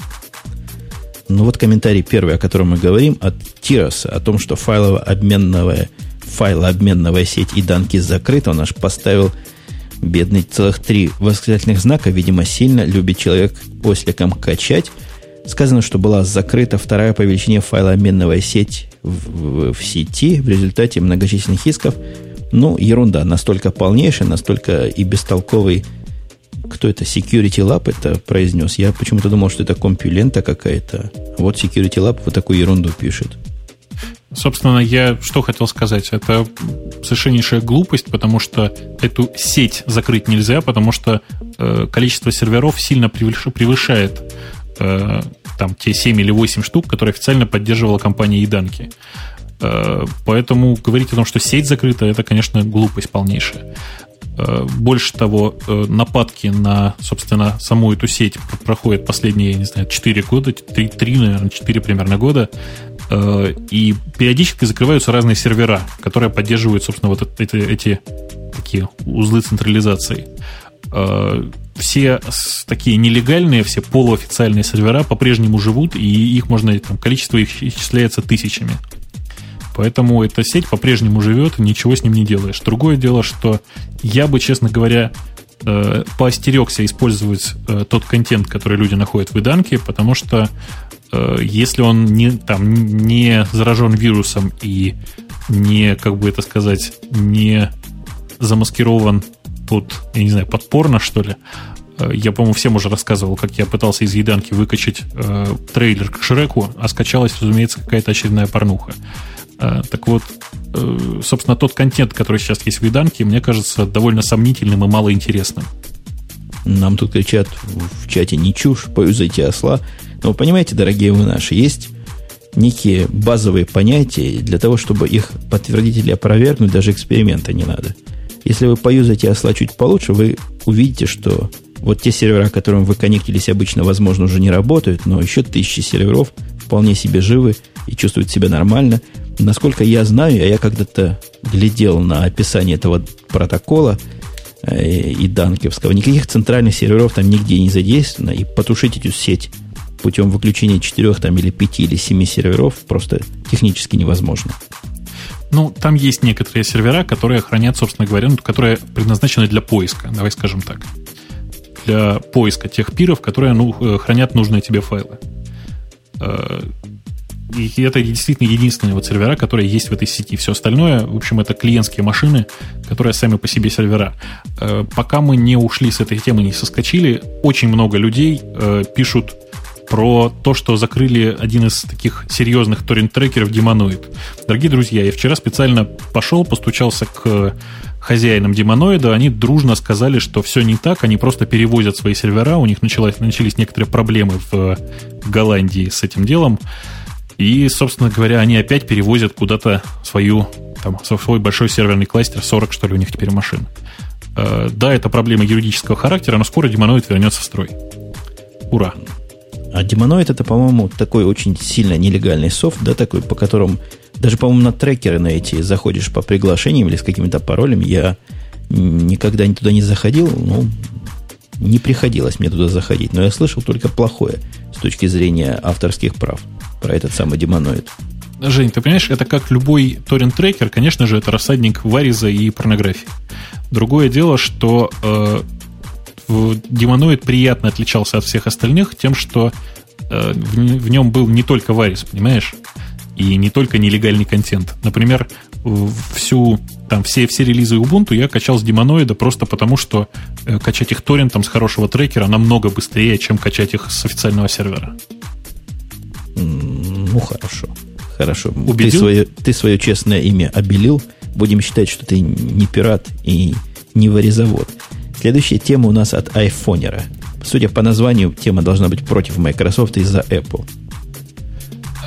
Ну вот комментарий первый, о котором мы говорим, от Тироса, о том, что файлообменная сеть и данки закрыта. Он аж поставил бедный целых 3 восклицательных знака. Видимо, сильно любит человек осликом качать. Сказано, что была закрыта вторая по величине файлообменная сеть в сети в результате многочисленных исков. Ну, ерунда. Настолько полнейшая, настолько и бестолковый. Кто это? Security Lab это произнес. Я почему-то думал, что это компилента какая-то. Вот Security Lab вот такую ерунду пишет. Собственно, я что хотел сказать. Это совершеннейшая глупость, потому что эту сеть закрыть нельзя, потому что количество серверов сильно превышает там те 7 или 8 штук, которые официально поддерживала компания Иданки. Поэтому говорить о том, что сеть закрыта, это, конечно, глупость полнейшая. Больше того, нападки на, собственно, саму эту сеть проходят последние, я не знаю, 4 года, 3, наверное, 4 примерно года, и периодически закрываются разные сервера, которые поддерживают, собственно, вот эти такие узлы централизации. Все такие нелегальные, все полуофициальные сервера по-прежнему живут, и их можно, там, количество их исчисляется тысячами. Поэтому эта сеть по-прежнему живет, и ничего с ним не делаешь. Другое дело, что я бы, честно говоря, поостерегся использовать тот контент, который люди находят в Иданке, потому что если он не заражен вирусом и не, как бы это сказать, не замаскирован под, я не знаю, под порно, что ли. Я, по-моему, всем уже рассказывал, как я пытался из Иданки выкачать трейлер к Шреку, а скачалась, разумеется, какая-то очередная порнуха. Так вот, собственно, тот контент, который сейчас есть в Иданке, мне кажется довольно сомнительным и малоинтересным. Нам тут кричат в чате: не чушь, поюзайте осла. Но вы понимаете, дорогие вы наши, есть некие базовые понятия, и для того, чтобы их подтвердить или опровергнуть, даже эксперимента не надо. Если вы поюзаете осла чуть получше, вы увидите, что вот те сервера, к которым вы коннектились обычно, возможно, уже не работают, но еще 1000 серверов вполне себе живы и чувствуют себя нормально. Насколько я знаю, а я когда-то глядел на описание этого протокола и данковского, никаких центральных серверов там нигде не задействовано, и потушить эту сеть путем выключения 4 там, или 5 или 7 серверов просто технически невозможно. Ну, там есть некоторые сервера, которые хранят, собственно говоря, которые предназначены для поиска, давай скажем так. Для поиска тех пиров, которые хранят нужные тебе файлы. И это действительно единственные вот сервера, которые есть в этой сети. Все остальное, в общем, это клиентские машины, которые сами по себе сервера. Пока мы не ушли с этой темы, не соскочили, очень много людей пишут про то, что закрыли один из таких серьезных торрент-трекеров Демоноид. Дорогие друзья, я вчера специально постучался к хозяинам Демоноида, они дружно сказали, что все не так, они просто перевозят свои сервера, у них начались некоторые проблемы в Голландии с этим делом, и, собственно говоря, они опять перевозят куда-то свой большой серверный кластер, 40, что ли, у них теперь машин. Да, это проблема юридического характера, но скоро Демоноид вернется в строй. Ура! А Демоноид это, по-моему, такой очень сильно нелегальный софт, да, такой, по которому даже, по-моему, на трекеры на эти заходишь по приглашениям или с какими-то паролями. Я никогда туда не заходил, не приходилось мне туда заходить, но я слышал только плохое с точки зрения авторских прав про этот самый Демоноид. Жень, ты понимаешь, это как любой торрент-трекер, конечно же, это рассадник вариза и порнографии. Другое дело, что Демоноид приятно отличался от всех остальных тем, что в нем был не только варис, понимаешь, и не только нелегальный контент. Например, все релизы Ubuntu я качал с Демоноида просто потому, что качать их торрентом с хорошего трекера намного быстрее, чем качать их с официального сервера. Ну, хорошо. Убедил? Ты свое честное имя обелил. Будем считать, что ты не пират и не варизовод. Следующая тема у нас от айфонера. Судя по названию, тема должна быть против Microsoft из-за Apple.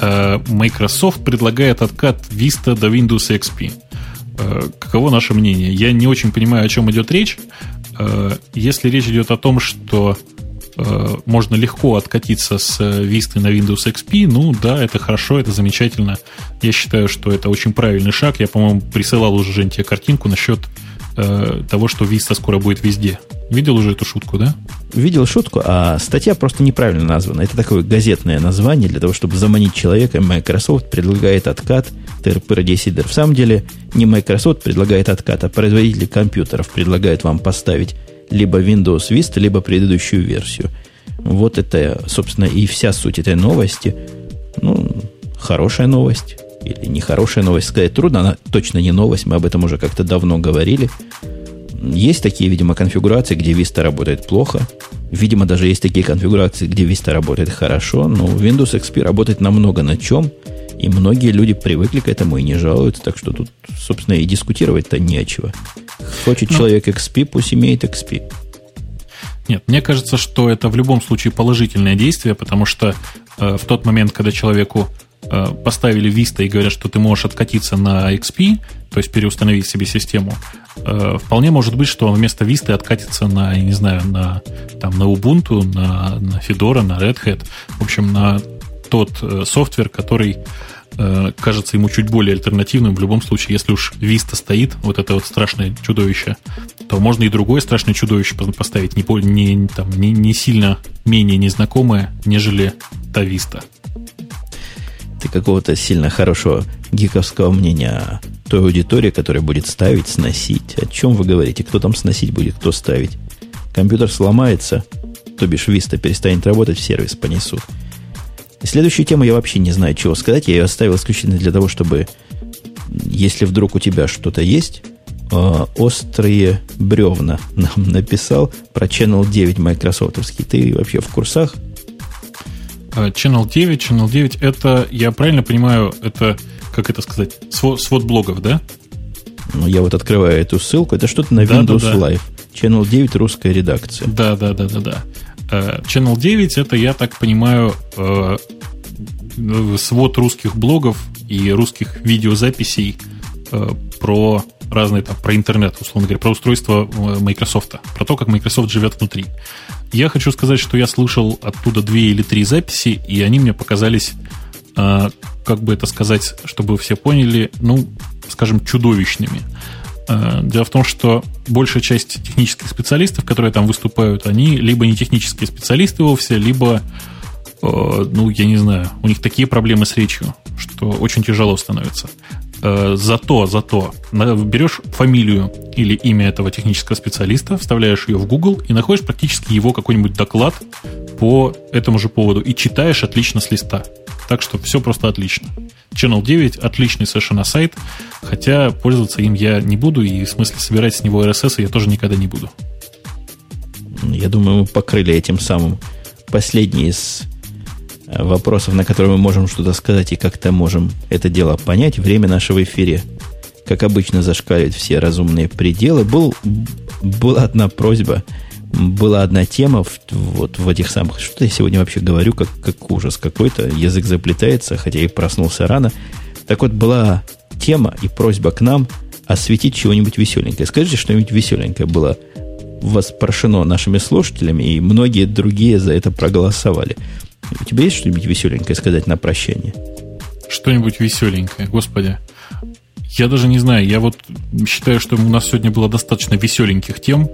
Microsoft предлагает откат Vista до Windows XP. Каково наше мнение? Я не очень понимаю, о чем идет речь. Если речь идет о том, что можно легко откатиться с Vista на Windows XP, ну да, это хорошо, это замечательно. Я считаю, что это очень правильный шаг. Я, по-моему, присылал уже, Жень, тебе картинку насчет того, что Vista скоро будет везде. Видел уже эту шутку, да? Видел шутку, а статья просто неправильно названа. Это такое газетное название для того, чтобы заманить человека. Microsoft предлагает откат тыр-пыр-десидер. В самом деле не Microsoft предлагает откат, а производители компьютеров предлагают вам поставить либо Windows Vista, либо предыдущую версию. Вот это, собственно, и вся суть этой новости. Ну, хорошая новость или нехорошая новость, сказать трудно. Она точно не новость, мы об этом уже как-то давно говорили. Есть такие, видимо, конфигурации, где Vista работает плохо. Видимо, даже есть такие конфигурации, где Vista работает хорошо. Но Windows XP работает намного на чем. И многие люди привыкли к этому и не жалуются. Так что тут, собственно, и дискутировать-то нечего. Хочет человек XP, пусть имеет XP. Нет, мне кажется, что это в любом случае положительное действие, потому что в тот момент, когда человеку поставили Vista и говорят, что ты можешь откатиться на XP, то есть переустановить себе систему, вполне может быть, что он вместо Vista откатится на, я не знаю, на Ubuntu, на Fedora, на Red Hat, в общем, на тот софтвер, который кажется ему чуть более альтернативным. В любом случае, если уж Vista стоит, вот это вот страшное чудовище, то можно и другое страшное чудовище поставить, не сильно менее незнакомое, нежели та Vista. Ты какого-то сильно хорошего гиковского мнения о той аудитории, которая будет ставить, сносить. О чем вы говорите? Кто там сносить будет, кто ставить? Компьютер сломается, то бишь Vista перестанет работать, в сервис понесут. И следующую тему я вообще не знаю, чего сказать. Я ее оставил исключительно для того, чтобы, если вдруг у тебя что-то есть, острые бревна нам написал про Channel 9 майкрософтовский. Ты вообще в курсах? Channel 9, это, я правильно понимаю, это, как это сказать, свод блогов, да? Ну, я вот открываю эту ссылку. Это что-то на Windows Live. Channel 9 русская редакция. Да. Channel 9 это, я так понимаю, свод русских блогов и русских видеозаписей про разные там, про интернет, условно говоря, про устройство Microsoft, про то, как Microsoft живет внутри. Я хочу сказать, что я слышал оттуда 2 или 3 записи, и они мне показались, как бы это сказать, чтобы все поняли, ну, скажем, чудовищными. Дело в том, что большая часть технических специалистов, которые там выступают, они либо не технические специалисты вовсе, либо, ну, я не знаю, у них такие проблемы с речью, что очень тяжело становится. Зато берешь фамилию или имя этого технического специалиста, вставляешь ее в Google и находишь практически его какой-нибудь доклад по этому же поводу и читаешь отлично с листа. Так что все просто отлично. Channel 9 отличный совершенно сайт, хотя пользоваться им я не буду, и в смысле собирать с него RSS я тоже никогда не буду. Я думаю, мы покрыли этим самым последний из вопросов, на которые мы можем что-то сказать и как-то можем это дело понять. Время нашего эфира, как обычно, зашкаливает все разумные пределы. Была одна просьба, была одна тема вот в этих самых... Что я сегодня вообще говорю, как ужас какой-то. Язык заплетается, хотя и проснулся рано. Так вот, была тема и просьба к нам осветить чего-нибудь веселенькое. Скажите, что-нибудь веселенькое было воспрошено нашими слушателями, и многие другие за это проголосовали. У тебя есть что-нибудь веселенькое сказать на прощание? Что-нибудь веселенькое, господи. Я даже не знаю, я вот считаю, что у нас сегодня было достаточно веселеньких тем,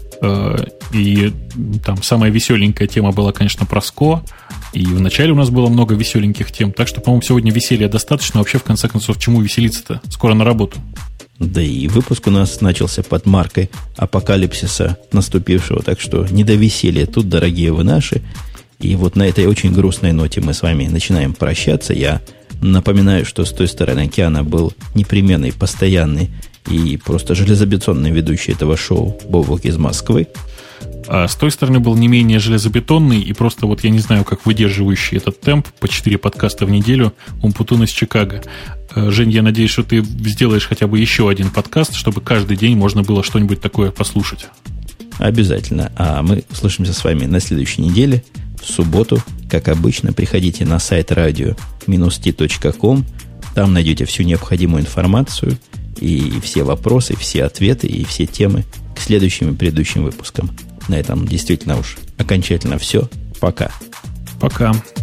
и там самая веселенькая тема была, конечно, про СКО, и вначале у нас было много веселеньких тем, так что, по-моему, сегодня веселья достаточно. Вообще, в конце концов, чему веселиться-то? Скоро на работу. Да и выпуск у нас начался под маркой апокалипсиса наступившего, так что не до веселья тут, дорогие вы наши. И вот на этой очень грустной ноте мы с вами начинаем прощаться. Я напоминаю, что с той стороны океана был непременный, постоянный и просто железобетонный ведущий этого шоу Бобок из Москвы. А с той стороны был не менее железобетонный и просто вот я не знаю, как выдерживающий этот темп по 4 подкаста в неделю Умпутун из Чикаго. Жень, я надеюсь, что ты сделаешь хотя бы еще один подкаст, чтобы каждый день можно было что-нибудь такое послушать. Обязательно. А мы услышимся с вами на следующей неделе в в субботу. Как обычно, приходите на сайт radio-t.com. Там найдете всю необходимую информацию и все вопросы, все ответы и все темы к следующим и предыдущим выпускам. На этом действительно уж окончательно все. Пока. Пока.